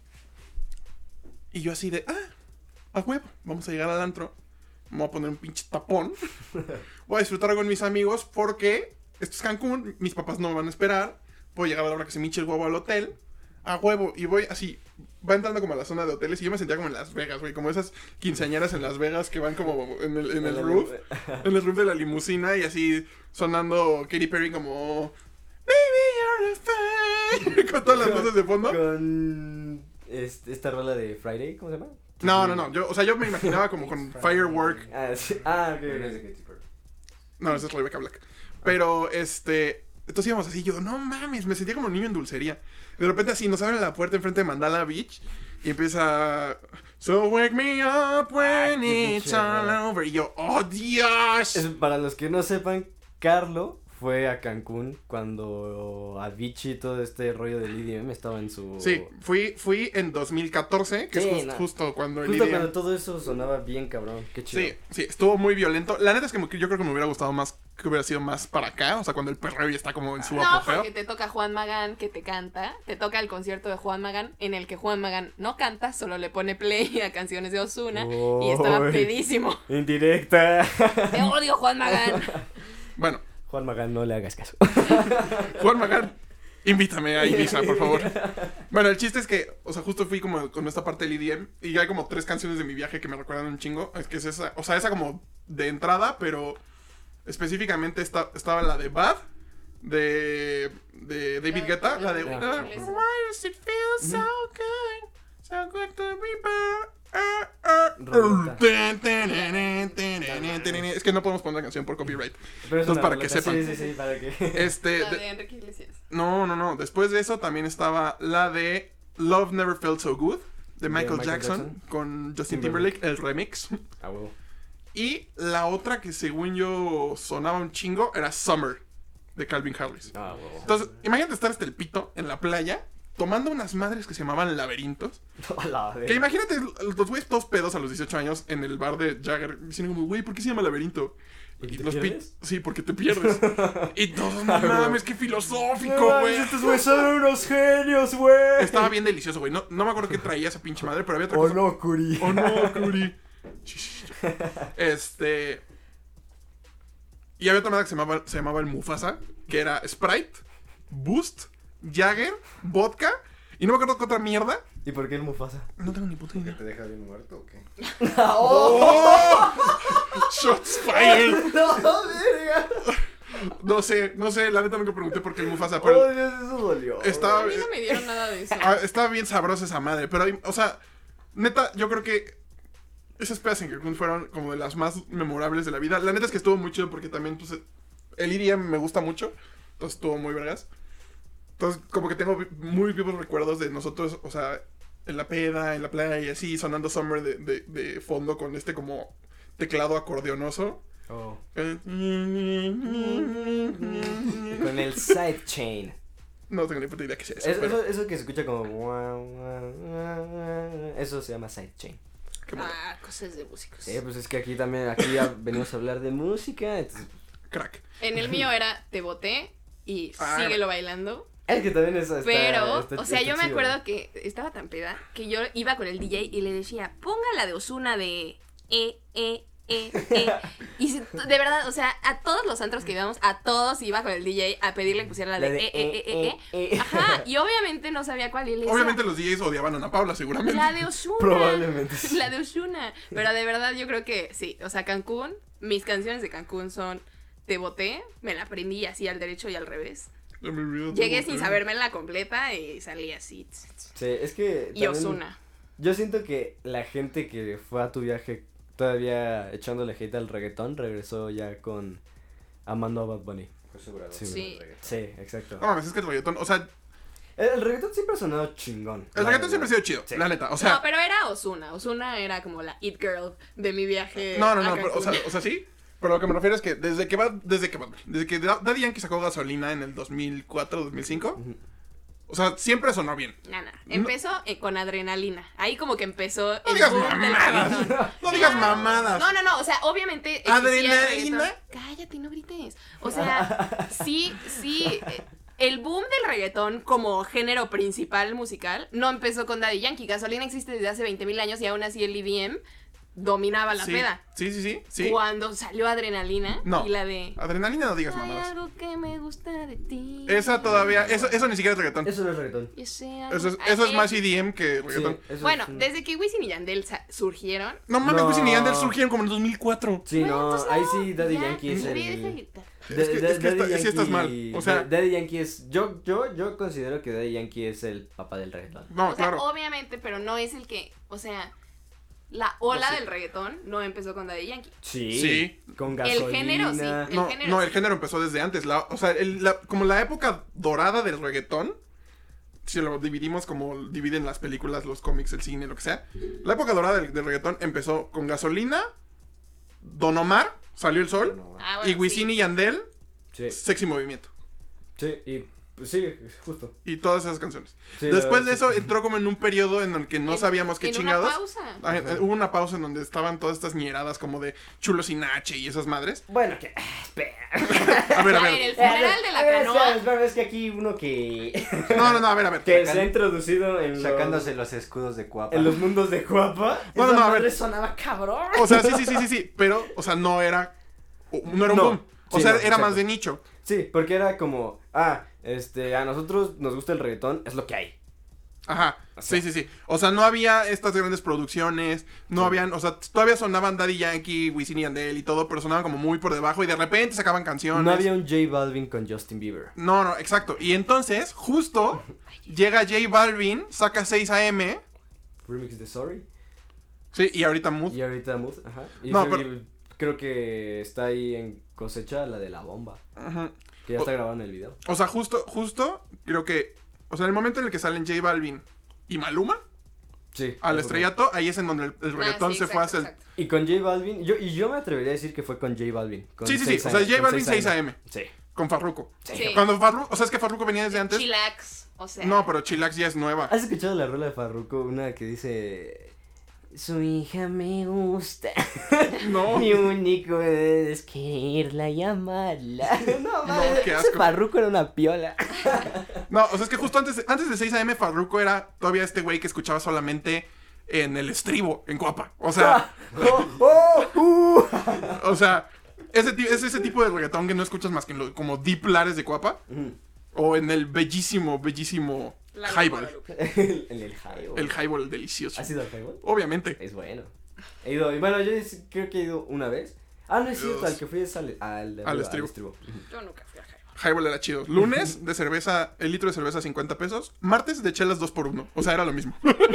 Y yo así de, a huevo, vamos a llegar al antro. Me voy a poner un pinche tapón. Voy a disfrutar con mis amigos porque esto es Cancún, mis papás no me van a esperar. Puedo llegar a la hora que se me hinche el huevo al hotel. A huevo, y voy así, va entrando como a la zona de hoteles y yo me sentía como en Las Vegas, güey, como esas quinceañeras en Las Vegas que van como en el roof, en el roof de la limusina y así sonando Katy Perry como Baby You're the fame, con todas las voces de fondo. Con esta rola de Friday, ¿cómo se llama? No, yo me imaginaba como con Firework. Ah, sí. No Ok. es de Katy Perry. No, esa es Rebecca Black. Pero, entonces íbamos así, yo, no mames, me sentía como niño en dulcería. De repente así, nos abren la puerta enfrente de Mandala Beach y empieza, so wake me up when qué it's pinche all rola. over. Y yo, oh, Dios. Para los que no sepan, Carlo fue a Cancún cuando Avicii y todo este rollo del EDM estaba en su... Sí, fui en 2014, que Sí, es no. justo cuando el Justo EDM... cuando todo eso sonaba bien cabrón, qué chido. Sí, estuvo muy violento. La neta es que yo creo que me hubiera gustado más, que hubiera sido más para acá, o sea, cuando el perreo ya está como en su No, apogeo. porque te toca Juan Magán que te canta, te toca el concierto de Juan Magán en el que Juan Magán no canta, solo le pone play a canciones de Ozuna y estaba Uy. pedísimo. Indirecta. Te odio, Juan Magán. Bueno, Juan Magán, no le hagas caso. Juan Magán, invítame a Ibiza, por favor. Bueno, el chiste es que, o sea, justo fui como con esta parte del EDM y hay como 3 canciones de mi viaje que me recuerdan un chingo. Es que es esa, o sea, esa como de entrada, pero específicamente estaba la de Bad, de David Guetta, la de Why does it feel so good to be bad? Rolota. Es que no podemos poner la canción por copyright. Pero es Entonces, una para que rolota. sepan. Sí, para que... La de Enrique Iglesias. No. Después de eso también estaba la de Love Never Felt So Good de Michael Jackson con Justin Timberlake, el remix. Ah, huevo. Y la otra que según yo sonaba un chingo era Summer de Calvin Harris. Ah, huevo. Entonces, imagínate estar hasta el pito en la playa tomando unas madres que se llamaban laberintos. Que imagínate los güeyes todos pedos a los 18 años en el bar de Jagger diciendo como, güey, ¿por qué se llama laberinto? ¿Porque Y te los pierdes? Sí, porque te pierdes. Y todos, no mames, qué filosófico, No, güey. estos güeyes son unos genios, güey. Estaba bien delicioso, güey. No me acuerdo qué traía esa pinche madre, pero había otra Oh, cosa. no, Curi. Oh, no, Curi. Y había otra madre que se llamaba el Mufasa, que era Sprite, Boost, Jagger, vodka, y no me acuerdo qué otra mierda. ¿Y por qué el Mufasa? No tengo ni puta idea. ¿Te deja bien muerto o qué? ¡Oh! ¡Shots fired! No, verga. No sé, la neta nunca pregunté por qué el Mufasa, Oh, pero Dios, eso dolió. estaba, A mí no me dieron nada de eso. estaba bien sabrosa esa madre, pero, o sea, neta, yo creo que esas pedas en Cancún fueron como de las más memorables de la vida. La neta es que estuvo muy chido porque también, pues, el EDM me gusta mucho, entonces estuvo muy vergas. Entonces, como que tengo muy vivos recuerdos de nosotros, o sea, en la peda, en la playa y así, sonando Summer de fondo con este como teclado acordeonoso. Oh. Con el sidechain. No tengo ni puta idea qué sea eso, pero Eso que se escucha como... Eso se llama sidechain. qué mono. Cosas de músicos. Sí, pues es que aquí ya venimos a hablar de música. Entonces, Crack. En el mío era Te boté y Ah. síguelo bailando. es que también eso está... Pero, está- o sea, está yo me chido. acuerdo que estaba tan peda que yo iba con el DJ y le decía, ponga la de Ozuna de Y de verdad, o sea, a todos los antros que íbamos, a todos iba con el DJ a pedirle que pusiera la de Ajá, y obviamente no sabía cuál. Y obviamente los DJs odiaban a Ana Paula, seguramente. La de Ozuna. Probablemente sí. La de Ozuna. Pero de verdad yo creo que sí, o sea, Cancún, mis canciones de Cancún son Te Boté, me la aprendí así al derecho y al revés. Llegué sin saberme la completa y salí así. Sí, es que Y Ozuna. Yo siento que la gente que fue a tu viaje todavía echándole hate al reggaetón regresó ya con amando a Bad Bunny. Fue su graduación Sí. del reggaetón. Sí, exacto. No mames, es que el reggaetón, o sea, El reggaetón siempre ha sonado chingón. el reggaetón siempre ha sido chido, Sí. la neta, o sea. No, pero era Ozuna. Ozuna era como la it girl de mi viaje. No, a pero, o Cancún. sea, sí. Pero lo que me refiero es que desde que Daddy Yankee sacó Gasolina en el 2004, 2005, o sea, siempre sonó bien. No. Empezó con Adrenalina. Ahí como que empezó No digas boom del mamadas. reggaetón. No digas mamadas. No, o sea, obviamente existía el ¿Adrenalina? reggaetón. Cállate, no grites. O sea, sí, el boom del reggaetón como género principal musical no empezó con Daddy Yankee. Gasolina existe desde hace 20,000 años y aún así el EDM dominaba la Sí, peda. sí. Cuando salió Adrenalina No. y la de Adrenalina, no digas hay mamadas. algo que me gusta de ti. Esa todavía, eso ni siquiera es reggaetón. Eso no es reggaetón. Yo sé algo- Eso es más EDM que reggaetón. Sí, eso Bueno, es- desde que Wisin y Yandel surgieron. No mames, No. Wisin y Yandel surgieron como en el 2004. Sí, Bueno, no, entonces ahí no, sí Daddy ya, Yankee es deja de el... gritar. Es que sí estás mal, o sea- Daddy Yankee es... Yo considero que Daddy Yankee es el papá del reggaetón. No, O sea, claro. obviamente, pero no es el que, o sea, la ola No, sí. del reggaetón no empezó con Daddy Yankee. Sí. Con gasolina. El género, sí. El género empezó desde antes. O sea, como la época dorada del reggaetón, si lo dividimos como dividen las películas, los cómics, el cine, lo que sea. La época dorada del reggaetón empezó con Gasolina, Don Omar, Salió el Sol, Ah, y bueno, Wisin sí. y Yandel, Sí, Sexy Movimiento. sí, y... pues sí, justo. Y todas esas canciones. Sí, Después la de verdad, eso entró como en un periodo en el que no sabíamos qué en chingados. una pausa. Hubo una pausa en donde estaban todas estas ñeradas como de Chulo sin H y esas madres. Bueno, que... espera. A ver, a Ya, en ver. el funeral de la canoa. Espera, es que aquí uno que... No, a ver. que se ha introducido en Sacándose los escudos de Cuapa. En los mundos de Cuapa. No, esa a madre ver. sonaba cabrón. O sea, sí. Pero, o sea, no era un No. boom. O Sí, sea, no, era exacto. más de nicho. Sí, porque era como... a nosotros nos gusta el reggaetón, es lo que hay. Ajá. O sea. Sí. O sea, no había estas grandes producciones. No habían, o sea, todavía sonaban Daddy Yankee, Wisin y Yandel y todo, pero sonaban como muy por debajo y de repente sacaban canciones. No había un J Balvin con Justin Bieber. No, exacto. Y entonces, justo, llega J Balvin, saca 6 AM. Remix de Sorry. Sí, y ahorita Mood. Y ahorita Mood, ajá. Y No, sí, pero- y creo que está ahí en cosecha la de La Bomba. Ajá. Que ya está grabado en el video. O sea, justo, creo que, o sea, en el momento en el que salen J Balvin y Maluma Sí. al eso estrellato, ahí es en donde el reggaetón sí, se fue hacia el... exacto. fue. Y con J Balvin, yo me atrevería a decir que fue con J Balvin. Con Sí, 6 o sea, J con Balvin 6 AM, Sí. con Farruko. Sí. Cuando Farruko, o sea, es que Farruko venía desde antes. Chillax, o sea. No, pero Chillax ya es nueva. ¿Has escuchado la rola de Farruko? Una que dice... Su hija me gusta. No. Mi único es quererla y amarla. No, mames. qué Ese asco. Farruko era una piola. No, o sea, es que justo antes de 6 AM, Farruko era todavía este güey que escuchaba solamente en el estribo, en Cuapa. O sea, o sea, es ese tipo de reggaetón que no escuchas más que en como deep lares de Cuapa. O en el bellísimo La highball. Guadalupe. En el highball. El highball delicioso. ¿Has ido al highball? Obviamente. Es bueno. He ido, y bueno, yo creo que he ido una vez. Ah, no es cierto, Dios. al que fui es al estribo. Yo nunca fui a Highball. Highball era chido. Lunes de cerveza, el litro de cerveza 50 pesos. Martes de chelas 2x1. O sea, era lo mismo.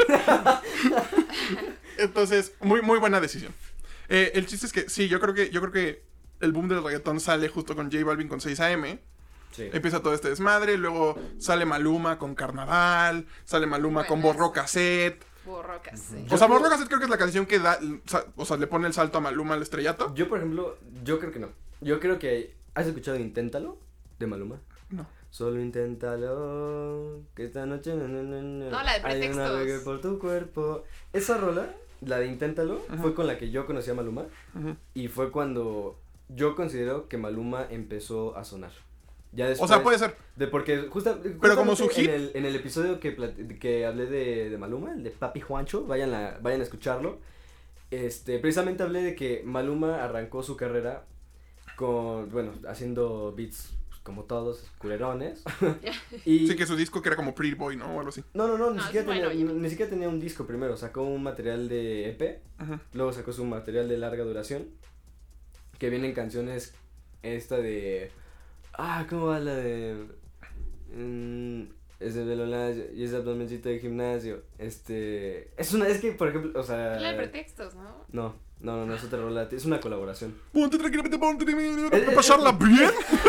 Entonces, muy buena decisión. El chiste es que, sí, yo creo que el boom del reggaetón sale justo con J Balvin con 6 AM. Sí. Empieza todo este desmadre. Luego sale Maluma con Carnaval. Sale Maluma con Buenas. Borró Cassette. Borrocas, sí. O sea, Borró Cassette creo que es la canción que da, o sea, le pone el salto a Maluma al estrellato. Yo, por ejemplo, yo creo que no. Yo creo que... ¿Has escuchado Inténtalo? De Maluma. No. Solo inténtalo, que esta noche... No, la de Hay una Pretextos. reggae por tu cuerpo. Esa rola, la de Inténtalo, fue con la que yo conocí a Maluma. Ujú. Y fue cuando yo considero que Maluma empezó a sonar. Ya después, O sea, puede ser. porque Pero como su hit. En el episodio que hablé de Maluma, el de Papi Juancho, vayan a escucharlo. precisamente hablé de que Maluma arrancó su carrera haciendo beats como todos, culerones. Y Sí, que su disco que era como Pretty Boy, ¿no? O algo así. No, ni No, siquiera es bueno, tenía, ni siquiera tenía un disco primero, sacó un material de EP, Ajá. luego sacó su material de larga duración, que vienen canciones, esta de... ¿cómo va la de...? Es de Velolas y ese abdomencito de gimnasio, es que, por ejemplo, o sea... La de pretextos, ¿no? No, es otra rola, es una colaboración. Ponte tranquilamente, ¿para pasarla bien?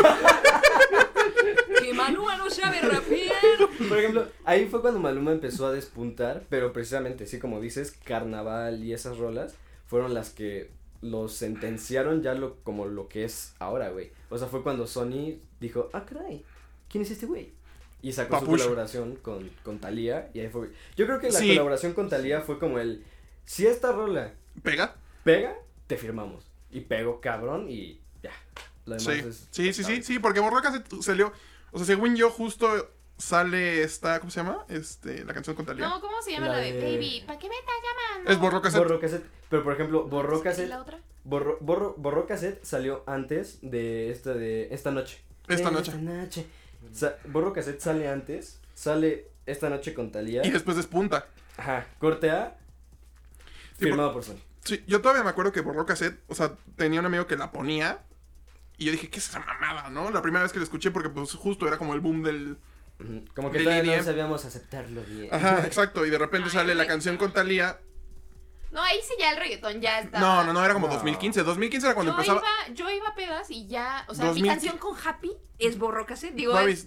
Que Maluma no sabe rapear. Por ejemplo, ahí fue cuando Maluma empezó a despuntar, pero precisamente, sí, como dices, Carnaval y esas rolas fueron las que lo sentenciaron ya como lo que es ahora, güey. O sea, fue cuando Sony dijo, caray, ¿quién es este güey? Y sacó su colaboración con Thalía, y ahí fue. Yo creo que la colaboración con Thalía fue como si esta rola ¿Pega? pega, te firmamos. Y pegó cabrón y ya. Lo demás Sí, porque Borroca salió, o sea, según yo, justo sale ¿cómo se llama? La canción con Thalía. No, ¿cómo se llama la de Baby? ¿Para qué me estás llamando? Es Borro Cassette. Borro Cassette. Pero por ejemplo, Borro ¿Y Cassette. la otra? Borro Cassette salió antes de esta noche. Esta noche. Borro Cassette sale antes. Sale esta noche con Thalía. Y después despunta. Ajá. Corte A. Firmado por Sony. Sí, yo todavía me acuerdo que Borro Cassette, o sea, tenía un amigo que la ponía. Y yo dije, ¿qué es esa mamada, no? La primera vez que la escuché, porque pues justo era como el boom del... Como que del todavía no EDM. sabíamos aceptarlo bien. Ajá, exacto. Y de repente sale la canción con Thalía. No, ahí sí ya el reggaetón ya estaba. No, era como No. 2015. 2015 era cuando empezaba... Yo iba a pedas y ya, o sea, 2000. mi canción con Happy es Borro Cassette, digo, Babis,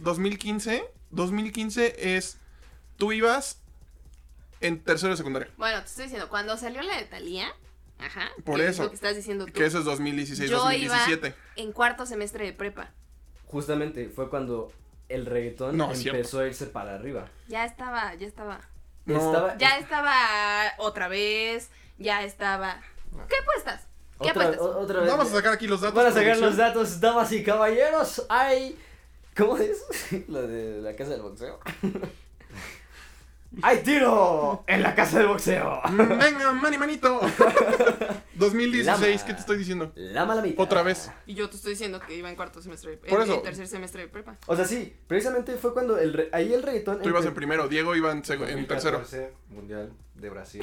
2015 es... Tú ibas en tercero de secundaria. Bueno, te estoy diciendo, cuando salió la de Thalía, ajá, Por que eso. es lo que estás diciendo tú. Que eso es 2016, Yo 2017. iba en cuarto semestre de prepa. Justamente fue cuando el reggaetón No, es empezó a irse para arriba. Ya estaba. No. Ya estaba otra vez, ya estaba. ¿Qué apuestas? ¿Qué apuestas? Otra vez. Vamos a sacar aquí los datos. Van a sacar producción. los datos, damas y caballeros. ¿Cómo es? Lo de la casa del boxeo. ¡Hay tiro en la casa del boxeo! Venga, manito. 2016, Lama. ¿qué te estoy diciendo? La malamita. Otra vez. Y yo te estoy diciendo que iba en cuarto semestre, Por eso. en tercer semestre de prepa. O sea, sí, precisamente fue cuando ahí el reggaetón... Tú ibas en primero, Diego iba en tercero. 2014, Mundial de Brasil.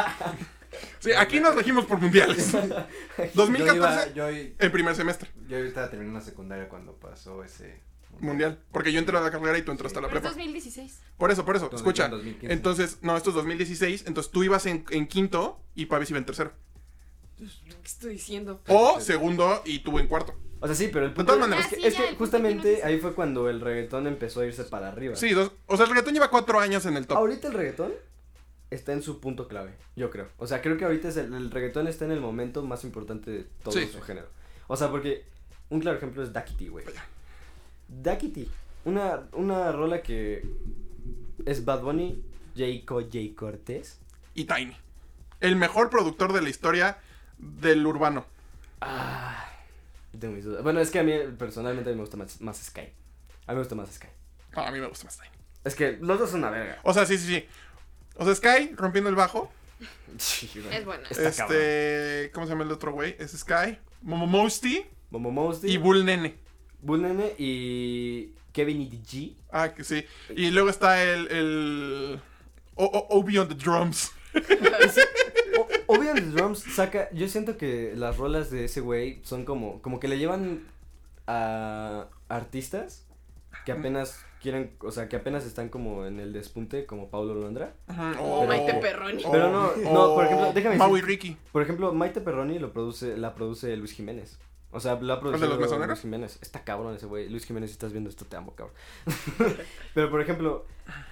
Sí, aquí nos regimos por mundiales. 2014, Yo el primer semestre. estaba terminando la secundaria cuando pasó ese Mundial. Porque yo entré a la carrera y tú entraste a la Pero es prepa. 2016. Por eso, escucha. 2015. Entonces, no, esto es 2016. Entonces tú ibas en quinto y Pavis iba en tercero. ¿Qué estoy diciendo? O segundo y tú en cuarto. O sea, sí, pero el De punto todas maneras. Ah, sí, es ya, que el punto justamente que no ahí fue cuando el reggaetón empezó a irse para arriba. Sí, o sea, el reggaetón lleva 4 años en el top. Ahorita el reggaetón está en su punto clave, yo creo. O sea, creo que ahorita el reggaetón está en el momento más importante de todo Sí. su género. O sea, porque un claro ejemplo es Daquiti, güey. Daquiti, una rola que es Bad Bunny, J. Cortés. Y Tiny. El mejor productor de la historia del urbano. Tengo mis dudas. Bueno, es que a mí personalmente me gusta más Sky. A mí me gusta más Sky. No, a mí me gusta más Tiny. Es que los dos son una verga. O sea, sí. O sea, Sky rompiendo el bajo. Es buena. Está cabrón. ¿Cómo se llama el otro güey? Es Sky, Momo Mosty Momo Mosty, y Bull Nene. Bull Nene y Kevin y DG. Ah, que sí. Y luego está el Obi on the drums. Obvio the Drums saca, yo siento que las rolas de ese güey son como que le llevan a artistas que apenas quieren, o sea, que apenas están como en el despunte, como Paulo Londra. O Maite Perroni. Pero no, por ejemplo, déjame Mau y decir- Ricky. Por ejemplo, Maite Perroni la produce Luis Jiménez. O sea, la produce los mesoneros? Luis Jiménez. Está cabrón ese güey. Luis Jiménez, si estás viendo esto, te amo, cabrón. Pero, por ejemplo,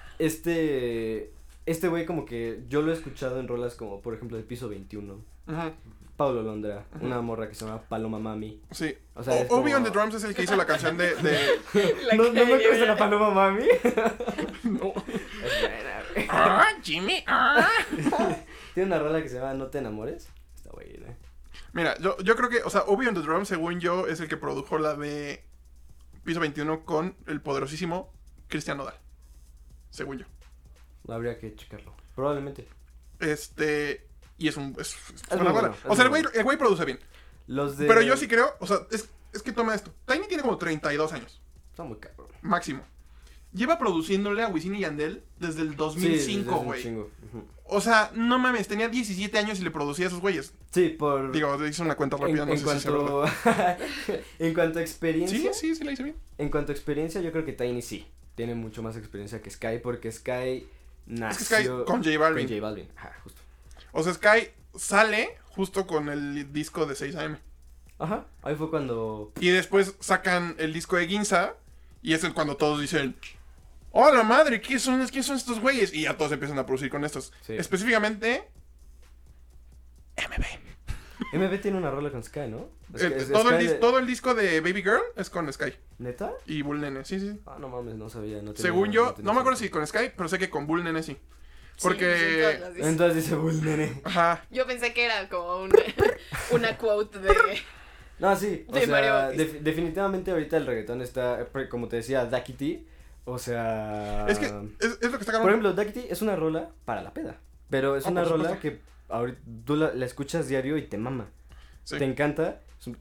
este güey como que yo lo he escuchado en rolas como, por ejemplo, de Piso 21. Ujú, Paulo Londra, una morra que se llama Paloma Mami. sí. O sea, es Obi como- on the drums es el que hizo la canción de ¿No me acuerdas de la Paloma Mami? No. Es buena, güey. Jimmy. Tiene una rola que se llama No te enamores. Está buena. Mira, yo creo que, o sea, Obi on the drums, según yo, es el que produjo la de Piso 21 con el poderosísimo Cristian Nodal. Según yo. Habría que checarlo. Probablemente. y es una muy rola. bueno, O sea, muy el güey produce bien. Los de... Pero yo sí creo, o sea, es que toma esto. Tiny tiene como 32 años, Está muy cabrón. máximo. Lleva produciéndole a Wisin y Yandel desde el 2005, Sí, güey. es un chingo. Ujú. O sea, no mames, tenía 17 años y le producía a esos güeyes. Sí, por... Digo, hice una cuenta rápida, no en sé si sea verdad. cuanto... en cuanto a experiencia... Sí, la hice bien. En cuanto a experiencia, yo creo que Tiny sí. Tiene mucho más experiencia que Sky, porque Sky nació... Es que Sky con J Balvin. Con J Balvin, ajá, justo. O sea, Sky sale justo con el disco de 6am. Ajá, ahí fue cuando... Y después sacan el disco de Ginza. Y es cuando todos dicen... ¡Hola madre! ¿Quién son estos güeyes? Y ya todos empiezan a producir con estos. Sí. Específicamente... MB. MB tiene una rola con Sky, ¿no? Todo el disco de Baby Girl es con Sky. ¿Neta? Y Bull Nene, sí. Ah, no mames, no sabía. No tenía- Según yo, tenía no me acuerdo si sentido. con Sky, pero sé que con Bull Nene sí. Sí, Porque... pues en todas las dice. Entonces dice Bull Nene. Ajá. Yo pensé que era como una quote de... No, sí, o De Mario sea, Bautista. definitivamente ahorita el reggaetón está, como te decía, Ducky T, o sea... Es que es lo que está Por cabrón. ejemplo, Ducky T es una rola para la peda, pero es una por rola supuesto. que ahorita tú la escuchas diario y te mama, Sí. te encanta,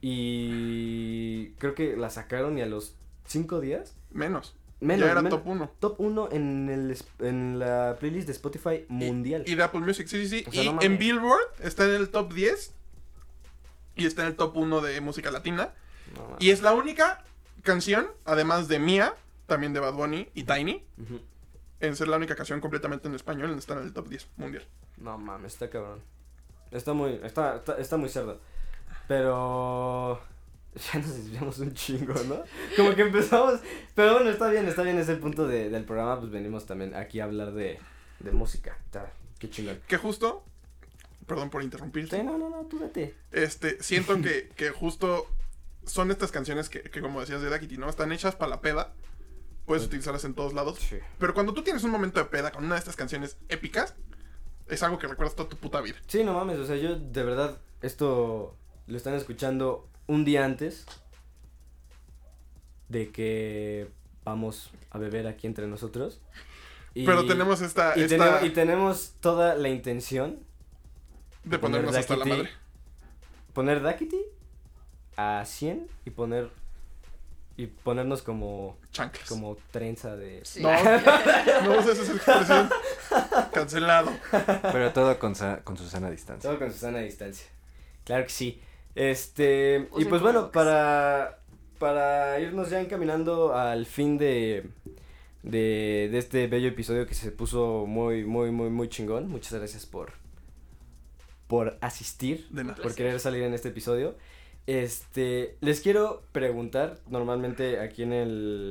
y creo que la sacaron y a los 5 días, Menos. menos, Ya era menos- top 1. top 1 en la playlist de Spotify mundial. Y de Apple Music, sí. O sea, Y no mames. en Billboard está en el top 10. Y está en el top 1 de música latina. No mames. Y es la única canción, además de Mía, también de Bad Bunny y Tiny, Ujú. en ser la única canción completamente en español en estar en el top 10 mundial. No mames, está cabrón. Está muy cerdo. Pero ya nos desviamos un chingo, ¿no? Como que empezamos. Pero bueno, está bien, es el punto del programa. Pues venimos también aquí a hablar de música. Está, qué chingón. Que justo, perdón por interrumpirte, Sí, no, tú date. siento que justo son estas canciones que como decías de Daquiti, ¿no? Están hechas para la peda. Puedes utilizarlas en todos lados. Sí. Pero cuando tú tienes un momento de peda con una de estas canciones épicas, es algo que recuerdas toda tu puta vida. Sí, no mames, o sea, yo de verdad, esto lo están escuchando un día antes de que vamos a beber aquí entre nosotros. Pero tenemos esta Y tenemos toda la intención de ponernos hasta la Daquiti, madre. poner Daquiti a 100 y ponernos como Chanclas. trenza de... Sí. No, no uses esa expresión. Cancelado. Pero todo con su sana distancia. Todo con Susana a distancia. Claro que sí. Y Usen pues bueno, cubrebocas. para irnos ya encaminando al fin de este bello episodio que se puso muy, muy, muy, muy chingón. Muchas gracias por asistir, De nada. por querer salir en este episodio. Les quiero preguntar, normalmente aquí en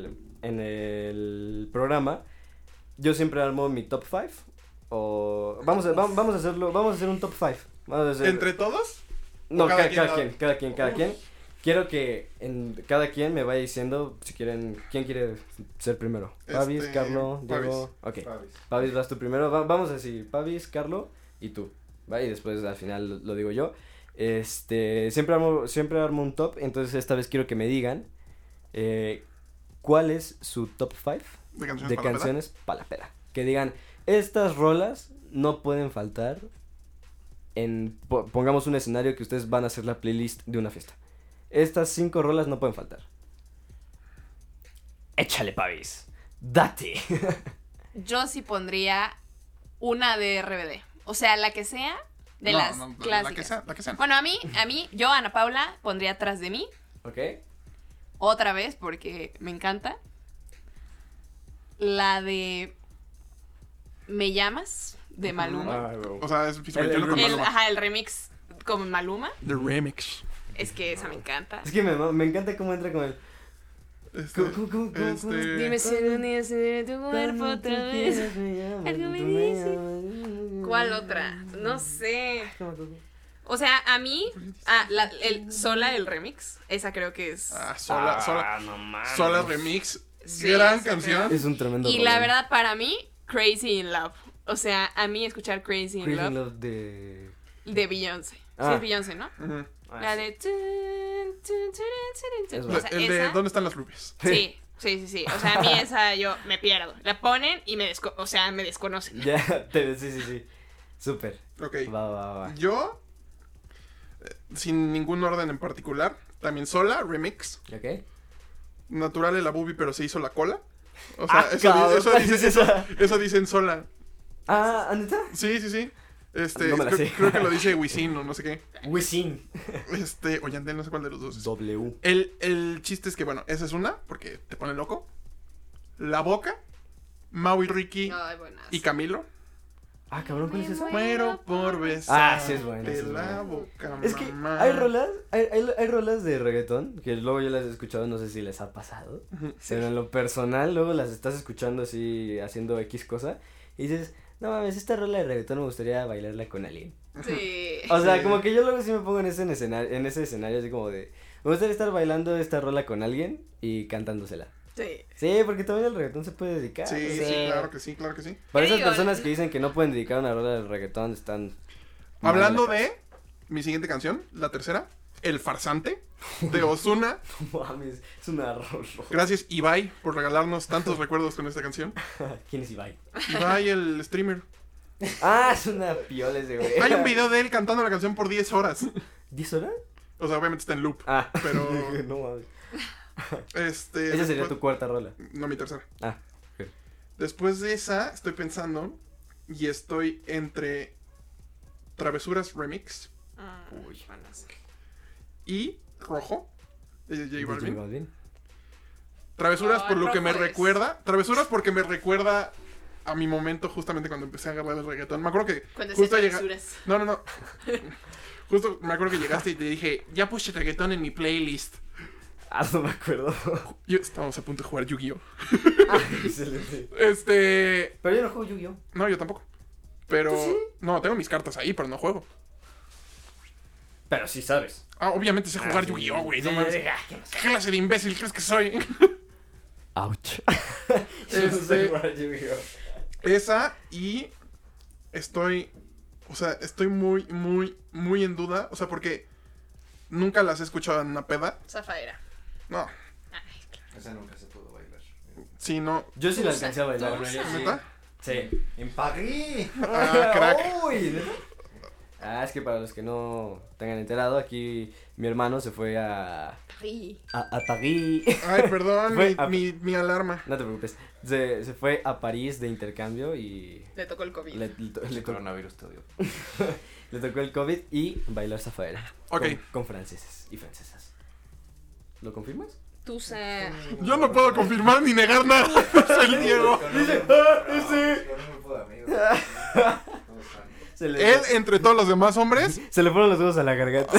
el programa, yo siempre armo mi top 5. O vamos a hacerlo, vamos a hacer un top 5. Vamos a hacer... ¿Entre todos? No, ¿O cada cada quien? quien. Quiero que cada quien me vaya diciendo si quieren, quién quiere ser primero. Pavis, Carlo, Diego. Ok. Pavis, vas tú primero. Vamos a decir Pavis, Carlo y tú. ¿Va? Y después al final lo digo yo. Siempre armo un top, entonces esta vez quiero que me digan cuál es su top 5 ¿De de canciones para la peda. Que digan, estas rolas no pueden faltar pongamos un escenario que ustedes van a hacer la playlist de una fiesta. Estas 5 rolas no pueden faltar. Échale, Pavis. Date. Yo sí pondría una de RBD. O sea, la que sea de las clásicas. La que sea. Bueno, a mí, yo, Ana Paula, pondría Atrás de mí. ¿Ok? Otra vez, porque me encanta. La de Me llamas, de Maluma. O sea, es featuring con remix. Maluma. El remix con Maluma. The remix. Es que esa me encanta. Es que me encanta cómo entra con el... ¿Cómo? Dime si algún día se ve tu cuerpo otra vez. Algo me dice. ¿Cuál otra? No sé. O sea, a mí, Sola, el remix, esa creo que es. Sola no mames. Sola remix. Sí, Gran esa canción. Es un tremendo Y la rolón. verdad, para mí, Crazy in Love. O sea, a mí escuchar Crazy in Crazy in Love Love de... de Beyoncé. Sí, Ah. es Beyoncé, ¿no? Ujú. La de... Es O sea, El de esa... ¿Dónde están las rubias? Sí. O sea, a mí esa yo me pierdo. La ponen y me desconocen. Ya, sí. Súper. Ok. Va. Yo, sin ningún orden en particular, también Sola, remix. ¿Ok? Natural el Abubi, pero se hizo la cola. O sea, cabrón, ¿cuál es esa? eso dicen Sola. Ah, ¿neta? Sí. No me la sé. Creo que lo dice Wisin o no sé qué. Wisin. O Yandel, no sé cuál de los dos es. W. El chiste es que, bueno, esa es una, porque te pone loco. La Boca, Mau y Ricky Ay, buenas. y Camilo. Ah, cabrón, ¿cuál es esa? Muero por besar. Sí es buena, sí de es la buena. boca, Es que mamá. hay rolas de reggaetón que luego yo las he escuchado, no sé si les ha pasado. Pero en lo personal, luego las estás escuchando así, haciendo X cosa, y dices, no mames, esta rola de reggaetón me gustaría bailarla con alguien. Sí. O sea, Sí. como que yo luego sí me pongo en ese escenario así como de, me gustaría estar bailando esta rola con alguien y cantándosela. Sí. Sí, porque también el reggaetón se puede dedicar. Sí, o sea, sí, claro que sí, claro que sí. Para esas Sí, personas que dicen que no pueden dedicar una rola de reggaetón, están... mal Hablando la de mi siguiente canción, la tercera, El Farsante, de Ozuna. cabeza. Mames, es una rola. Gracias, Ibai, por regalarnos tantos recuerdos con esta canción. ¿Quién es Ibai? Ibai, el streamer. Ah, es una piola ese güey. Hay un video de él cantando la canción por 10 horas. ¿10 horas? O sea, obviamente está en loop. Ah, Pero, no mames. Esa sería después- tu cuarta rola. No, mi tercera. Ah, ok. Después de esa, estoy pensando y estoy entre Travesuras Remix Uy. Buenas. y Rojo de J Balvin. J Balvin. Travesuras por lo que me Rojo es. recuerda. Travesuras porque me recuerda a mi momento justamente cuando empecé a agarrar el reggaetón. Me acuerdo que Cuando justo se llega... travesuras. No. Justo me acuerdo que llegaste y te dije, ya puse reggaetón en mi playlist. Ah, no me acuerdo. Estábamos a punto de jugar Yu-Gi-Oh. Ah, excelente. Este... Pero yo no juego Yu-Gi-Oh. No, yo tampoco. Pero... ¿Tú sí? No, tengo mis cartas ahí, pero no juego. Pero sí sabes. Ah, obviamente sé jugar Yu-Gi-Oh, güey. No mames. ¿Qué clase de imbécil crees que soy? Ouch. Este- Esa y estoy... O sea, estoy muy en duda. O sea, porque nunca las he escuchado en una peda. Zafaera. No, Ay, claro. Esa nunca se pudo bailar. sí, no. Yo sí la alcancé a bailar. Tusa. yo sí. ¿Neta? Sí. ¡En París! Ah, crack. Uy, ¿neta? Ah, es que para los que no tengan enterado, aquí mi hermano se fue a Sí. París. Ay, perdón, Fue a- mi alarma. No te preocupes. Se fue a París de intercambio y Le tocó el COVID. le tocó, Coronavirus te odio. le tocó el COVID y bailó zafaera. Ok. Con franceses y francesas. ¿Lo confirmas? Tusa. Yo no puedo confirmar ni negar nada. Soy el Diego. Él, entre todos los demás hombres, Se le fueron los dedos a la garganta.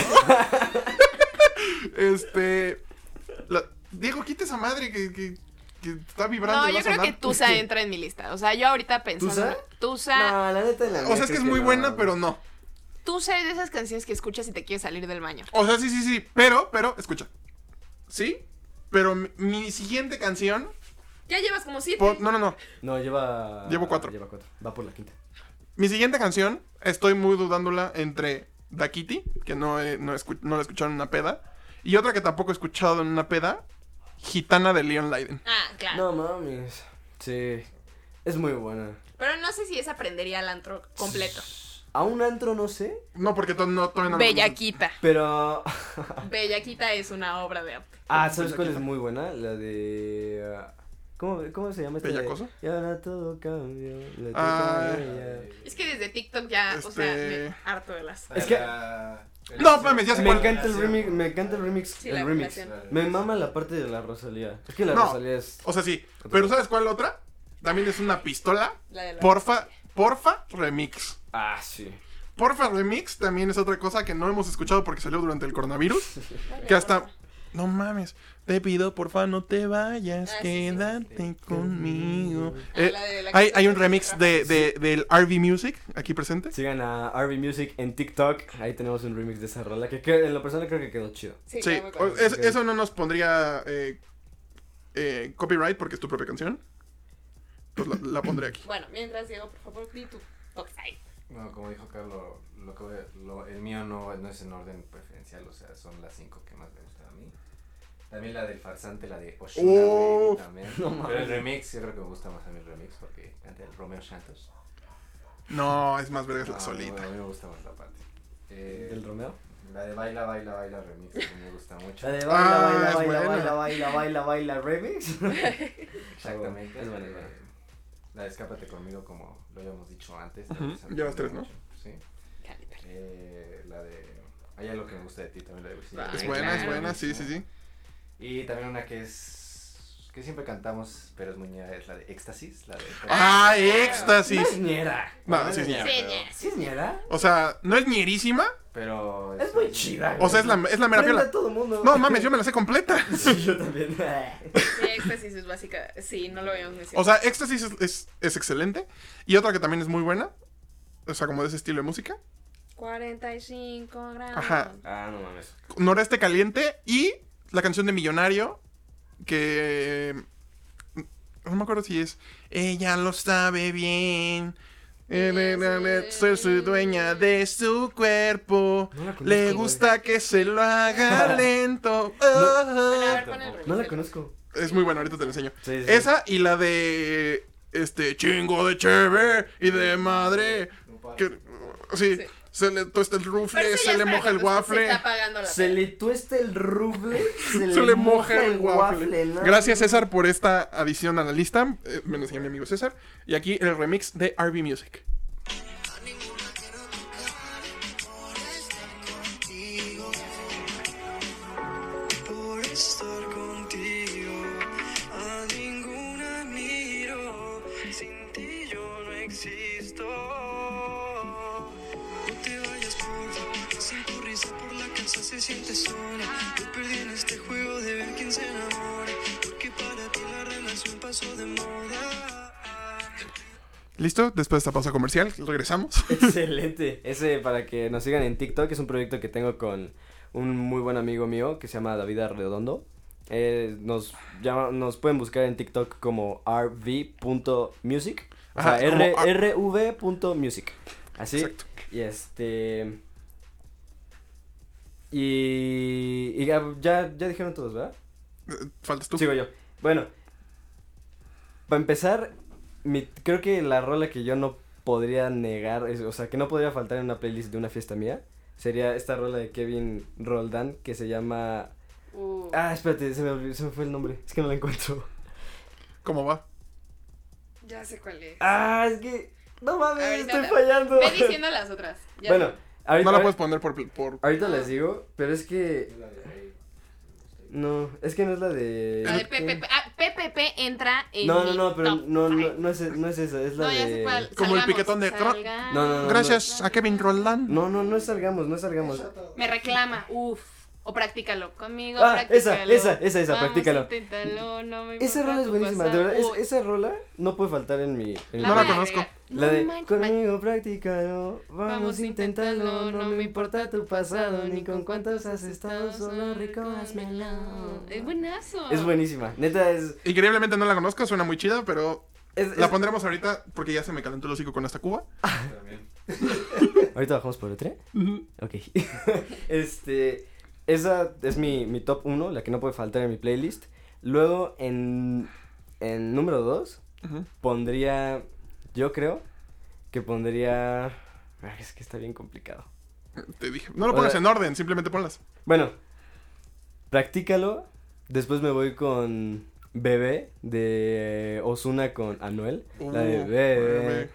Diego, quita esa madre que está vibrando. No, y va yo a creo que sonar. Tusa entra en mi lista. O sea, yo ahorita pensando. ¿Tusa? Tusa. No, la neta, O sea, es que es muy buena, pero no. Tusa es de esas canciones que escuchas y te quieres salir del baño. O sea, sí. Pero, escucha. Sí, pero mi siguiente canción. Ya llevas como 7. No. No, Llevo 4. Lleva 4. Va por la quinta. Mi siguiente canción, estoy muy dudándola entre Da Kitty, que no la he escuchado en una peda, y otra que tampoco he escuchado en una peda, Gitana de Leon Leiden. Ah, claro. No mames. Sí. Es muy buena. Pero no sé si esa aprendería al antro completo. A un antro no sé, No, porque todavía no. Bellaquita. pero... Bellaquita es una obra de arte. ¿sabes cuál es muy buena? La de... ¿Cómo se llama esta? ¿Bellacoso? Y ahora todo cambió. Le Ah. toca a ella. Es que desde TikTok ya, o sea, Este- me harto de las. Es que- No, mames, ya sé Me cuál. encanta el remix, Sí, el la remix. relación. Me mama la parte de la Rosalía. Es que la No. Rosalía es... O sea, sí. Pero ¿sabes cuál otra? También es una pistola. La de la- Porfa Remix. Ah, sí. Porfa Remix también es otra cosa que no hemos escuchado porque salió durante el coronavirus. Vale, Que hasta... porfa. No mames. Te pido, porfa, no te vayas. Ah, sí, Quédate conmigo. La de la Hay un que- remix del RV Music aquí presente. Sigan a RB Music en TikTok. Ahí tenemos un remix de esa rola que en lo personal creo que quedó chido. Sí, Sí, quedó muy cool. eso no nos pondría copyright porque es tu propia canción. Pues la pondré aquí. Bueno, mientras Diego, por favor, di tu top 5. No, como dijo Carlos, el mío no es en orden preferencial, o sea, son las 5 que más me gustan a mí. También la del farsante, la de Oshuna Oh. también. No mames. Pero el remix, yo creo que me gusta más a mí el remix porque canta el Romeo Santos. No, es más vergas la No, solita. A mí me gusta más la parte. ¿El Romeo? La de Baila, Baila, Baila remix, a mí me gusta mucho. La de Ah, baila, es baila, baila, buena. baila, baila, baila, remix. Exactamente. Es buena, es buena. La de Escápate conmigo, como lo habíamos dicho antes. Ujú, también se me llevas gusta 3, ¿no? mucho, Sí. La de Hay algo que me gusta de ti, también la de Wisin y Ay, Es Yandel. buena, es claro. buena, sí, sí, sí. Y también una que siempre cantamos, pero es muy ñera, es la de Éxtasis. La de Ah, No éxtasis. es ñera. No, sí es ñera, ñera. Sí, pero- ñera. ¿Sí es ñera? O sea, no es ñerísima. Pero Es muy chida. O sea, es la mera Prende piola. a todo mundo. No mames, yo me la sé completa. Sí, yo también. Sí, éxtasis es básica. Sí, no lo habíamos mencionado. O sea, éxtasis es excelente. Y otra que también es muy buena. O sea, como de ese estilo de música. 45 grados. Ajá. Ah, no mames. Noreste Caliente y la canción de Millonario. Que. No me acuerdo si es. Ella lo sabe bien. Ser su dueña de su cuerpo. No la conozco, Le güey. gusta que se lo haga lento. Bueno, a ver, pon el remix. No la conozco. Es muy buena, ahorita te la enseño. Sí, sí. Esa y la de. Chingo de cheve y de madre. Que, sí, Sí. se le tuesta el Pero rufle, eso se ya le es para moja el cuando se waffle. está apagando la Se peda. le tuesta el ruble, Se le moja el waffle. ¿no? Gracias, César, por esta adición a la lista. Me lo enseñó mi amigo César. Y aquí el remix de RB Music. Por estar contigo, a ninguna miro, sin ti yo no existo. No te vayas por favor, sin tu risa por la casa se siente sola. Yo perdí en este juego de ver quién se enamora, porque para ti la relación pasó de moda. ¿Listo? Después de esta pausa comercial, regresamos. Excelente. Ese, para que nos sigan en TikTok, es un proyecto que tengo con un muy buen amigo mío que se llama David Arredondo. Nos pueden buscar en TikTok como rv.music. O sea, Ajá, como rv.music. Así. Exacto. Y ya dijeron todos, ¿verdad? Faltas tú. Sigo yo. Bueno, para empezar, creo que la rola que yo no podría negar, o sea, que no podría faltar en una playlist de una fiesta mía, sería esta rola de Kevin Roldán que se llama... espérate, se me fue el nombre, es que no la encuentro. ¿Cómo va? Ya sé cuál es. Es que... No mames, Ahorita estoy fallando. Ve diciendo las otras. Ya Bueno, sé. ahorita, No la puedes poner por... ahorita les digo, pero es que... No, es que no es la de... La de PPP. PPP entra en. No, mi pero top no five. es esa, es la No, ya de... sé cuál. Como el Salgamos, piquetón de- salgamos. No. Gracias a Kevin Roldán. No salgamos. Me reclama. Uf. O practícalo. Conmigo, Ah, esa, practícalo. Vamos, practícalo. inténtalo, no me Esa importa rola es tu buenísima, de pasado. verdad, Uy, esa rola no puede faltar en mi... No la voy a conozco. agregar. La de No manches, conmigo practícalo, vamos inténtalo, no me importa tu pasado, ni con cuántos has estado, solo recójasmelo. Es buenazo. Es buenísima, neta es... Increíblemente no la conozco, suena muy chida, pero es- la es- pondremos ahorita porque ya se me calentó el hocico con esta cuba. ¿Ahorita bajamos por otra? Ok. Esa es mi top 1, la que no puede faltar en mi playlist. Luego, en número 2, Ujú. pondría... Yo creo que pondría... Es que está bien complicado. Te dije. No lo pongas en orden, simplemente ponlas. Bueno, practícalo. Después me voy con Bebé de Ozuna con Anuel. La de Bebé.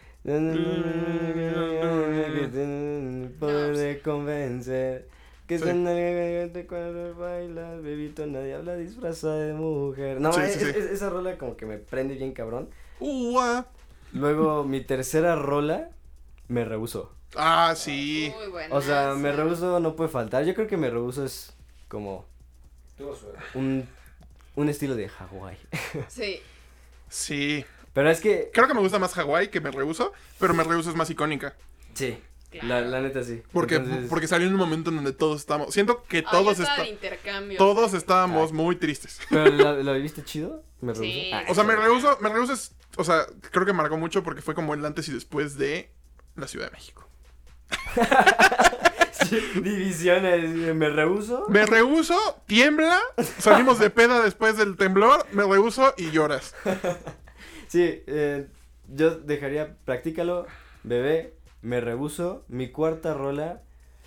Puede convencer que Sí. se nalga cuando bailas, bebito, nadie habla disfrazada de mujer. No, Sí, sí, sí. esa rola como que me prende bien cabrón. Ua. Luego, mi tercera rola, Me Rehúso. Ah, sí. Muy buena. O sea, Me Rehúso no puede faltar. Yo creo que Me Rehúso es como un estilo de Hawái. Sí. Sí. Pero es que... Creo que me gusta más Hawái que Me Rehuso, pero Me Rehuso es más icónica. Sí, Claro. la neta sí. Porque, Entonces, porque salió en un momento en donde todos estábamos. Siento que Ay, todos, yo estaba de intercambio. todos estábamos muy tristes. ¿Pero lo viviste chido? ¿Me Rehúso? Sí. Ah, O sea, Me Rehuso es. O sea, creo que marcó mucho porque fue como el antes y después de la Ciudad de México. sí, divisiones. Me Rehúso. Me Rehuso, tiembla, salimos de peda después del temblor, Me Rehuso y lloras. Sí, yo dejaría Practícalo, Bebé, me rehuso. Mi cuarta rola,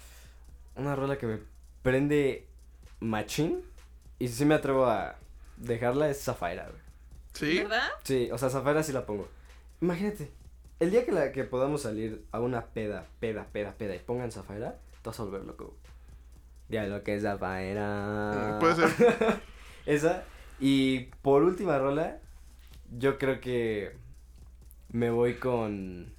una rola que me prende machín. Y si me atrevo a dejarla es Zafaira, güey. ¿Sí? ¿Verdad? Sí, o sea, Zafaira sí la pongo. Imagínate, el día que podamos salir a una peda y pongan Zafaira, te vas a volver loco. Ya lo que es Zafaira. Puede ser. Esa. Y por última rola, yo creo que me voy con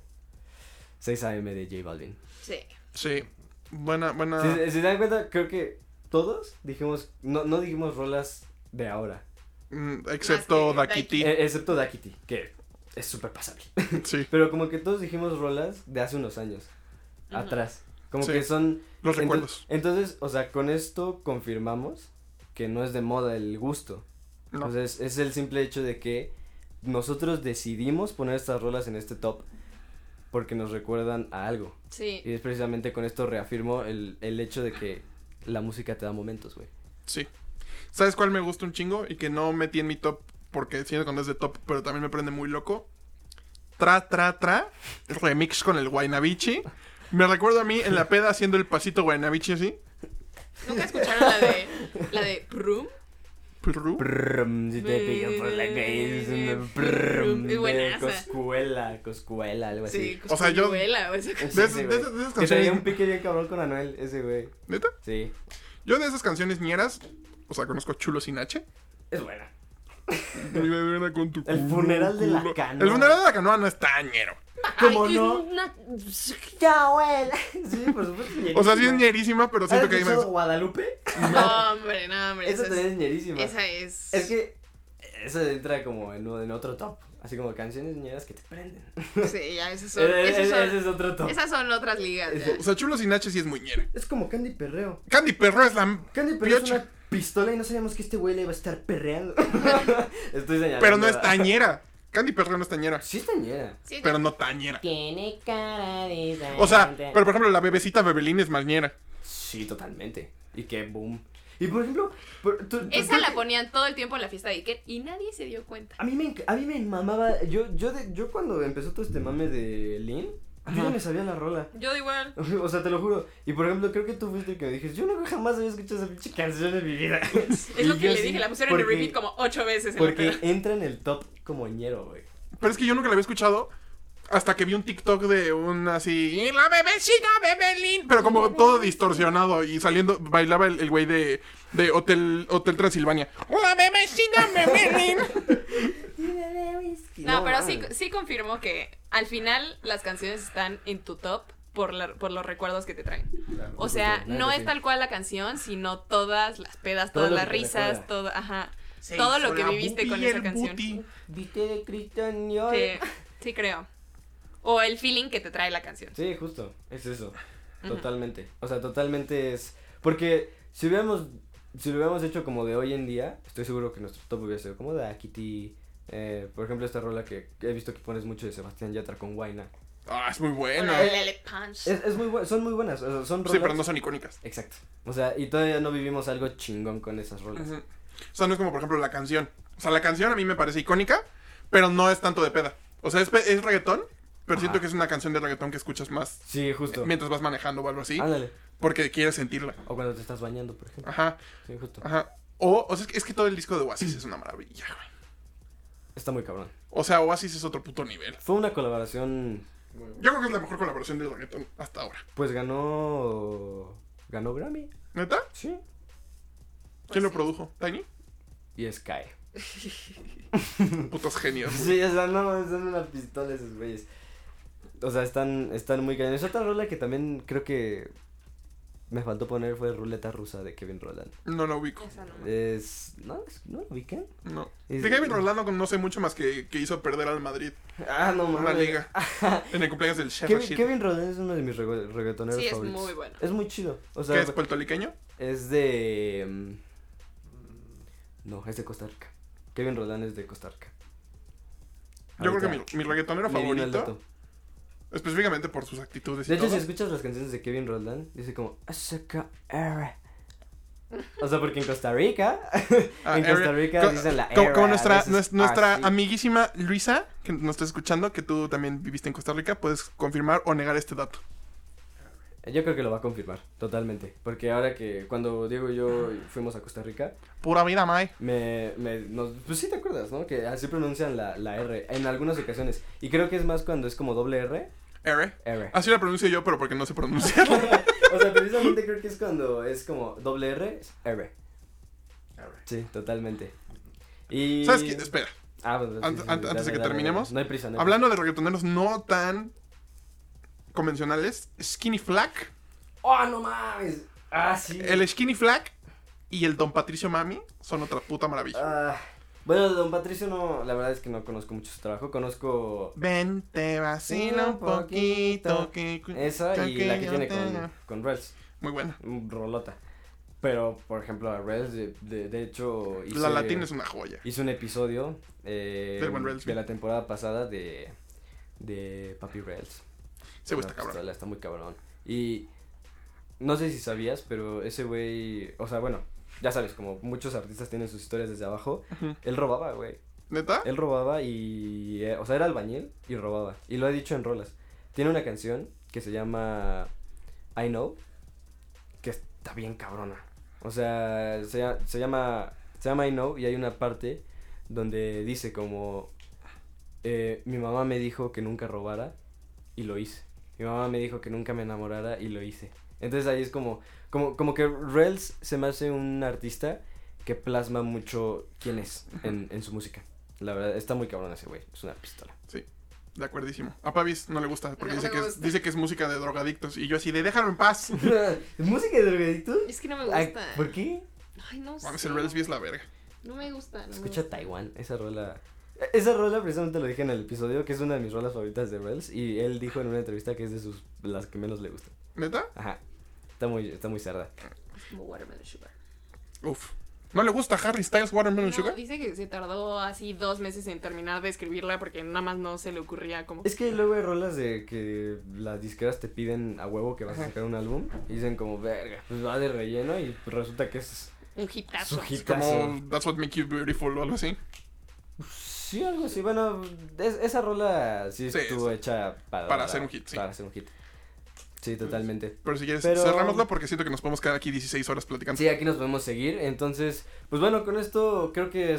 6 AM de J Balvin. Sí. Sí. Buena. Si se dan cuenta, creo que todos dijimos, no dijimos rolas de ahora. Excepto Más que Dakiti. Excepto Dakiti, que es súper pasable. Sí. Pero como que todos dijimos rolas de hace unos años. Ujú. Atrás. Como Sí. que son... Los recuerdos. Entonces, o sea, con esto confirmamos que no es de moda el gusto. No. Entonces, es el simple hecho de que nosotros decidimos poner estas rolas en este top porque nos recuerdan a algo. Sí. Y es precisamente con esto reafirmo el hecho de que la música te da momentos, güey. Sí. ¿Sabes cuál me gusta un chingo? Y que no metí en mi top porque siento cuando es de top, pero también me prende muy loco. Tra, remix con el Guaynabichi. Me recuerdo a mí en la peda haciendo el pasito Guaynabichi así. ¿Nunca escucharon la de Prum? Prrru. Prrrum, si te pican por la calle, es una prrrum, Es buenaza. Coscuela, algo así. Sí, O sea, yo- Cosculluela, o esa cosa. De esas güey. de esas Que traía canciones. un pique bien cabrón con Anuel, ese güey. ¿Neta? Sí, Yo de esas canciones ñeras, o sea, conozco Chulo Sin H. es buena. Mi bebé con tu El culo, funeral de la culo. canoa. El funeral de la canoa no es tan ñero. ¿Cómo Ay, no? Ya, abuela. Sí, por supuesto. O sea, sí es ñerísima, pero siento ¿Has que hay escuchado más. Guadalupe? No, hombre. Esa también es ñerísima. Esa es. Es que eso entra como en otro top. Así como canciones ñeras que te prenden. Sí, ya, esas son. Esas son, Ese es otro top. esas son otras ligas. ya. O sea, Chulo Sin H sí es muy ñera. Es como Candy Perreo. Candy Perro es la Candy Perreo es piocha. una pistola y no sabíamos que este güey le iba a estar perreando. Estoy señalando. Pero no es tañera. Candy Perro no es tañera. Sí es tañera. Sí, Pero no tañera. Tiene cara de... O sea, pero por ejemplo, la bebecita Bebelín es más ñera. Sí, totalmente. Y qué boom. Y por ejemplo... esa la ponían todo el tiempo en la fiesta de Iker y nadie se dio cuenta. A mí me mamaba... Yo cuando empezó todo este mame de Lin, yo ya me sabía la rola. Yo igual. O sea, te lo juro. Y por ejemplo, creo que tú fuiste el que me dijiste, yo no jamás había escuchado esa pinche canción en mi vida. Es lo Y que yo le sí, dije, la pusieron en porque- repeat como 8 veces en la Porque peda. entra en el top como ñero, güey. Pero es que yo nunca la había escuchado hasta que vi un TikTok de un así. "Y la bebecita Bebelín". Pero como todo distorsionado y saliendo. Bailaba el güey de Hotel Transilvania. ¡La bebecita Bebelín! No, pero sí, mames. sí confirmo que al final las canciones están en tu top por los recuerdos que te traen. O sea, justo, no neta, es sí. tal cual la canción, sino todas las pedas, Todo todas lo las que te risas, recuerda. todo, ajá. Todo lo que viviste con esa canción. Viste de Cristian Dior. Sí, sí creo. O el feeling que te trae la canción. Sí, justo, es eso. Totalmente. O sea, totalmente es. Porque si lo hubiéramos hecho como de hoy en día, estoy seguro que nuestro top hubiera sido como de Akiti. Por ejemplo, esta rola que he visto que pones mucho de Sebastián Yatra con Guayna. Ah, es muy O buena. la de Lele Punch. Es muy son muy buenas. O sea, son rolas. Sí, pero no son icónicas. Exacto. O sea, y todavía no vivimos algo chingón con esas rolas. Ujú. O sea, no es como por ejemplo la canción. O sea, la canción a mí me parece icónica, pero no es tanto de peda. O sea, es reggaetón, pero Ajá. siento que es una canción de reggaetón que escuchas más Sí, justo. mientras vas manejando o algo así, Ándale. porque quieres sentirla. O cuando te estás bañando, por ejemplo. Ajá, Sí, justo. ajá. O sea, es que todo el disco de Oasis es una maravilla, güey. Está muy cabrón. O sea, Oasis es otro puto nivel. Fue una colaboración. Yo creo que es la mejor colaboración de reggaetón hasta ahora. Pues ganó Grammy. ¿Neta? Sí. ¿Quién lo produjo? ¿Tiny? Y Sky. Putos genios, güey. Sí, o sea, no, son una pistola esos güeyes. O sea, están muy cañones. Otra rola que también creo que me faltó poner fue Ruleta Rusa de Kevin Roland. No lo ubico. Esa no. ¿No lo ubican? No. Es- De Kevin Rolando no sé mucho más que hizo perder al Madrid. Ah, no Una mames. liga. En el cumpleaños del Chef Kevin, Rashid. Kevin Roland es uno de mis reggaetoneros Sí, es favoritos. muy bueno. Es muy chido. O ¿Qué sea, es puertorriqueño? es de... no, es de Costa Rica. Kevin Roland es de Costa Rica. Yo creo que Ahorita mi reggaetonero me vino el favorito, dato. específicamente por sus actitudes y De hecho, todo. si escuchas las canciones de Kevin Roland, dice como SKR. O sea, porque en Costa Rica, en area. Costa Rica dicen la Como area, nuestra, a veces nuestra así. amiguísima Luisa, que nos está escuchando, que tú también viviste en Costa Rica, puedes confirmar o negar este dato. Yo creo que lo va a confirmar, totalmente. Porque ahora que cuando Diego y yo fuimos a Costa Rica, Pura vida, May. pues sí te acuerdas, ¿no? Que así pronuncian la R en algunas ocasiones. Y creo que es más cuando es como doble R, R. R. Así la pronuncio yo, pero porque no se pronuncia. O sea, precisamente creo que es cuando es como doble R, es R. Sí, totalmente. Y... ¿Sabes qué? Espera. Pues, Antes de que terminemos, No hay prisa, no hay hablando de reggaetoneros no tan convencionales, Skinny Flack, prisa. ¡Oh, no mames! Ah, sí. el Skinny Flack y el Don Patricio Mami son otra puta maravilla. Ah, bueno, de Don Patricio no, la verdad es que no conozco mucho su trabajo. Conozco Ven, te vacila un poquito. esa y la que yo tiene tenga. con Rels. Muy buena. Rolota. Pero, por ejemplo, a Rels, de hecho, La latina es una joya. hice un episodio Del buen Rels, de sí. la temporada pasada de Papi Rels. Se Una gusta, cabrón. pistola, está muy cabrón. Y no sé si sabías, pero ese güey, o sea, bueno, ya sabes, como muchos artistas tienen sus historias desde abajo, Ujú. él robaba, güey. ¿Neta? Él robaba y, o sea, era albañil y robaba. Y lo he dicho en rolas. Tiene una canción que se llama I Know, que está bien cabrona. O sea, se llama I Know y hay una parte donde dice como, mi mamá me dijo que nunca robara y lo hice. Mi mamá me dijo que nunca me enamorara y lo hice. Entonces ahí es como que Rels se me hace un artista que plasma mucho quién es en su música. La verdad, está muy cabrón ese güey, es una pistola. Sí, de acuerdísimo. A Pavis no le gusta porque No dice, me que gusta. dice que es música de drogadictos. Y yo así de déjalo en paz. ¿Música de drogadictos? Es que no me gusta. ¿Por qué? Ay, no sé. Mames, el Relsby es la verga. No me gusta. No Escucha me gusta. Taiwán, esa rola. Esa rola precisamente lo dije en el episodio, que es una de mis rolas favoritas de Rels. Y él dijo en una entrevista que es de las que menos le gustan. ¿Neta? Ajá. Está muy cerda. Es como Watermelon Sugar. Uf. ¿No le gusta Harry Styles Watermelon No, Sugar? dice que se tardó así 2 meses en terminar de escribirla porque nada más no se le ocurría como... Es que luego hay rolas de que las disqueras te piden a huevo que vas a sacar un álbum. Y dicen como, verga, pues va de relleno y pues resulta que es Un hitazo. su hit. Como That's What Makes You Beautiful o algo así. Sí, algo así. Bueno, esa rola sí Sí, estuvo hecha para hacer un hit, sí. Para hacer un hit. Sí, totalmente. Pero si quieres, Pero- cerrámoslo porque siento que nos podemos quedar aquí 16 horas platicando. Sí, aquí nos podemos seguir. Entonces, pues bueno, con esto creo que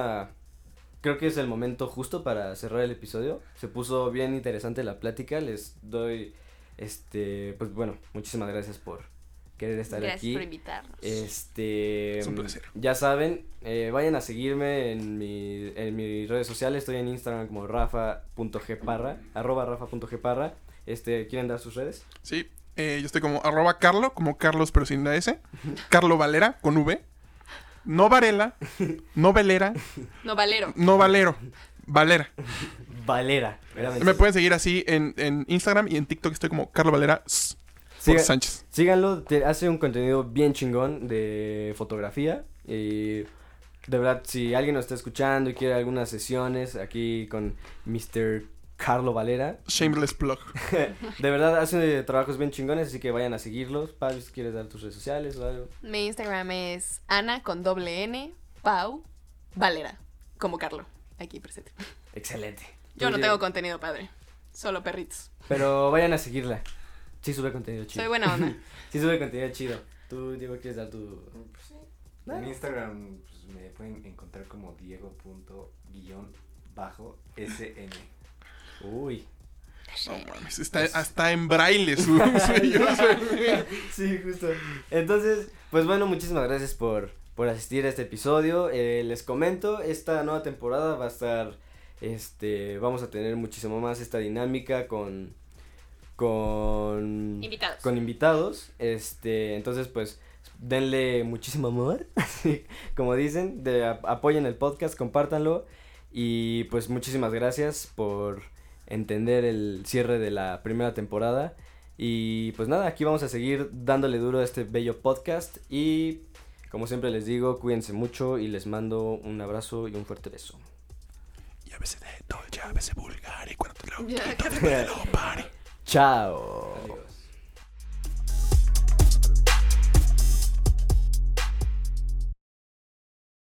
es el momento justo para cerrar el episodio. Se puso bien interesante la plática. Les doy, pues bueno, muchísimas gracias por querer estar Gracias aquí. por invitarnos. Es un placer. Ya saben, vayan a seguirme en mis redes sociales. Estoy en Instagram como rafa.gparra, @rafa.gparra. ¿Quieren dar sus redes? Sí, yo estoy como @Carlo, como Carlos pero sin la S. Carlo Valera, con V. No Varela, no Velera, No, Valero. no Valero, Valera. Valera. Me pueden seguir así en Instagram y en TikTok estoy como Carlo Valera Sánchez. Síganlo, hace un contenido bien chingón de fotografía. Y de verdad, si alguien nos está escuchando y quiere algunas sesiones aquí con Mr. Carlo Valera, Shameless plug. de verdad hace trabajos bien chingones, así que vayan a seguirlos. Pablo, si quieres dar tus redes sociales o algo. Mi Instagram es Ana con doble N, Pau, Valera, como Carlo, aquí presente. Excelente. Yo no Tú, tengo Diego. contenido padre, solo perritos. Pero vayan a seguirla. Sí sube contenido chido. Soy buena onda. Sí sube contenido chido. Tú, Diego, ¿quieres dar tu...? En Instagram pues, me pueden encontrar como Diego._SN. Uy. No mames, está hasta en braille su Sí, justo. Entonces, pues bueno, muchísimas gracias por asistir a este episodio. Les comento, esta nueva temporada va a estar, vamos a tener muchísimo más esta dinámica con Invitados. Con invitados. Entonces, pues, denle muchísimo amor, así como dicen, apoyen el podcast, compártanlo. Y pues muchísimas gracias por entender el cierre de la primera temporada. Y pues nada, aquí vamos a seguir dándole duro a este bello podcast. Y como siempre les digo, cuídense mucho y les mando un abrazo y un fuerte beso. Y a veces de Dolce, a veces vulgar y cuando te lo Ya, quito, te lo pari. Chao.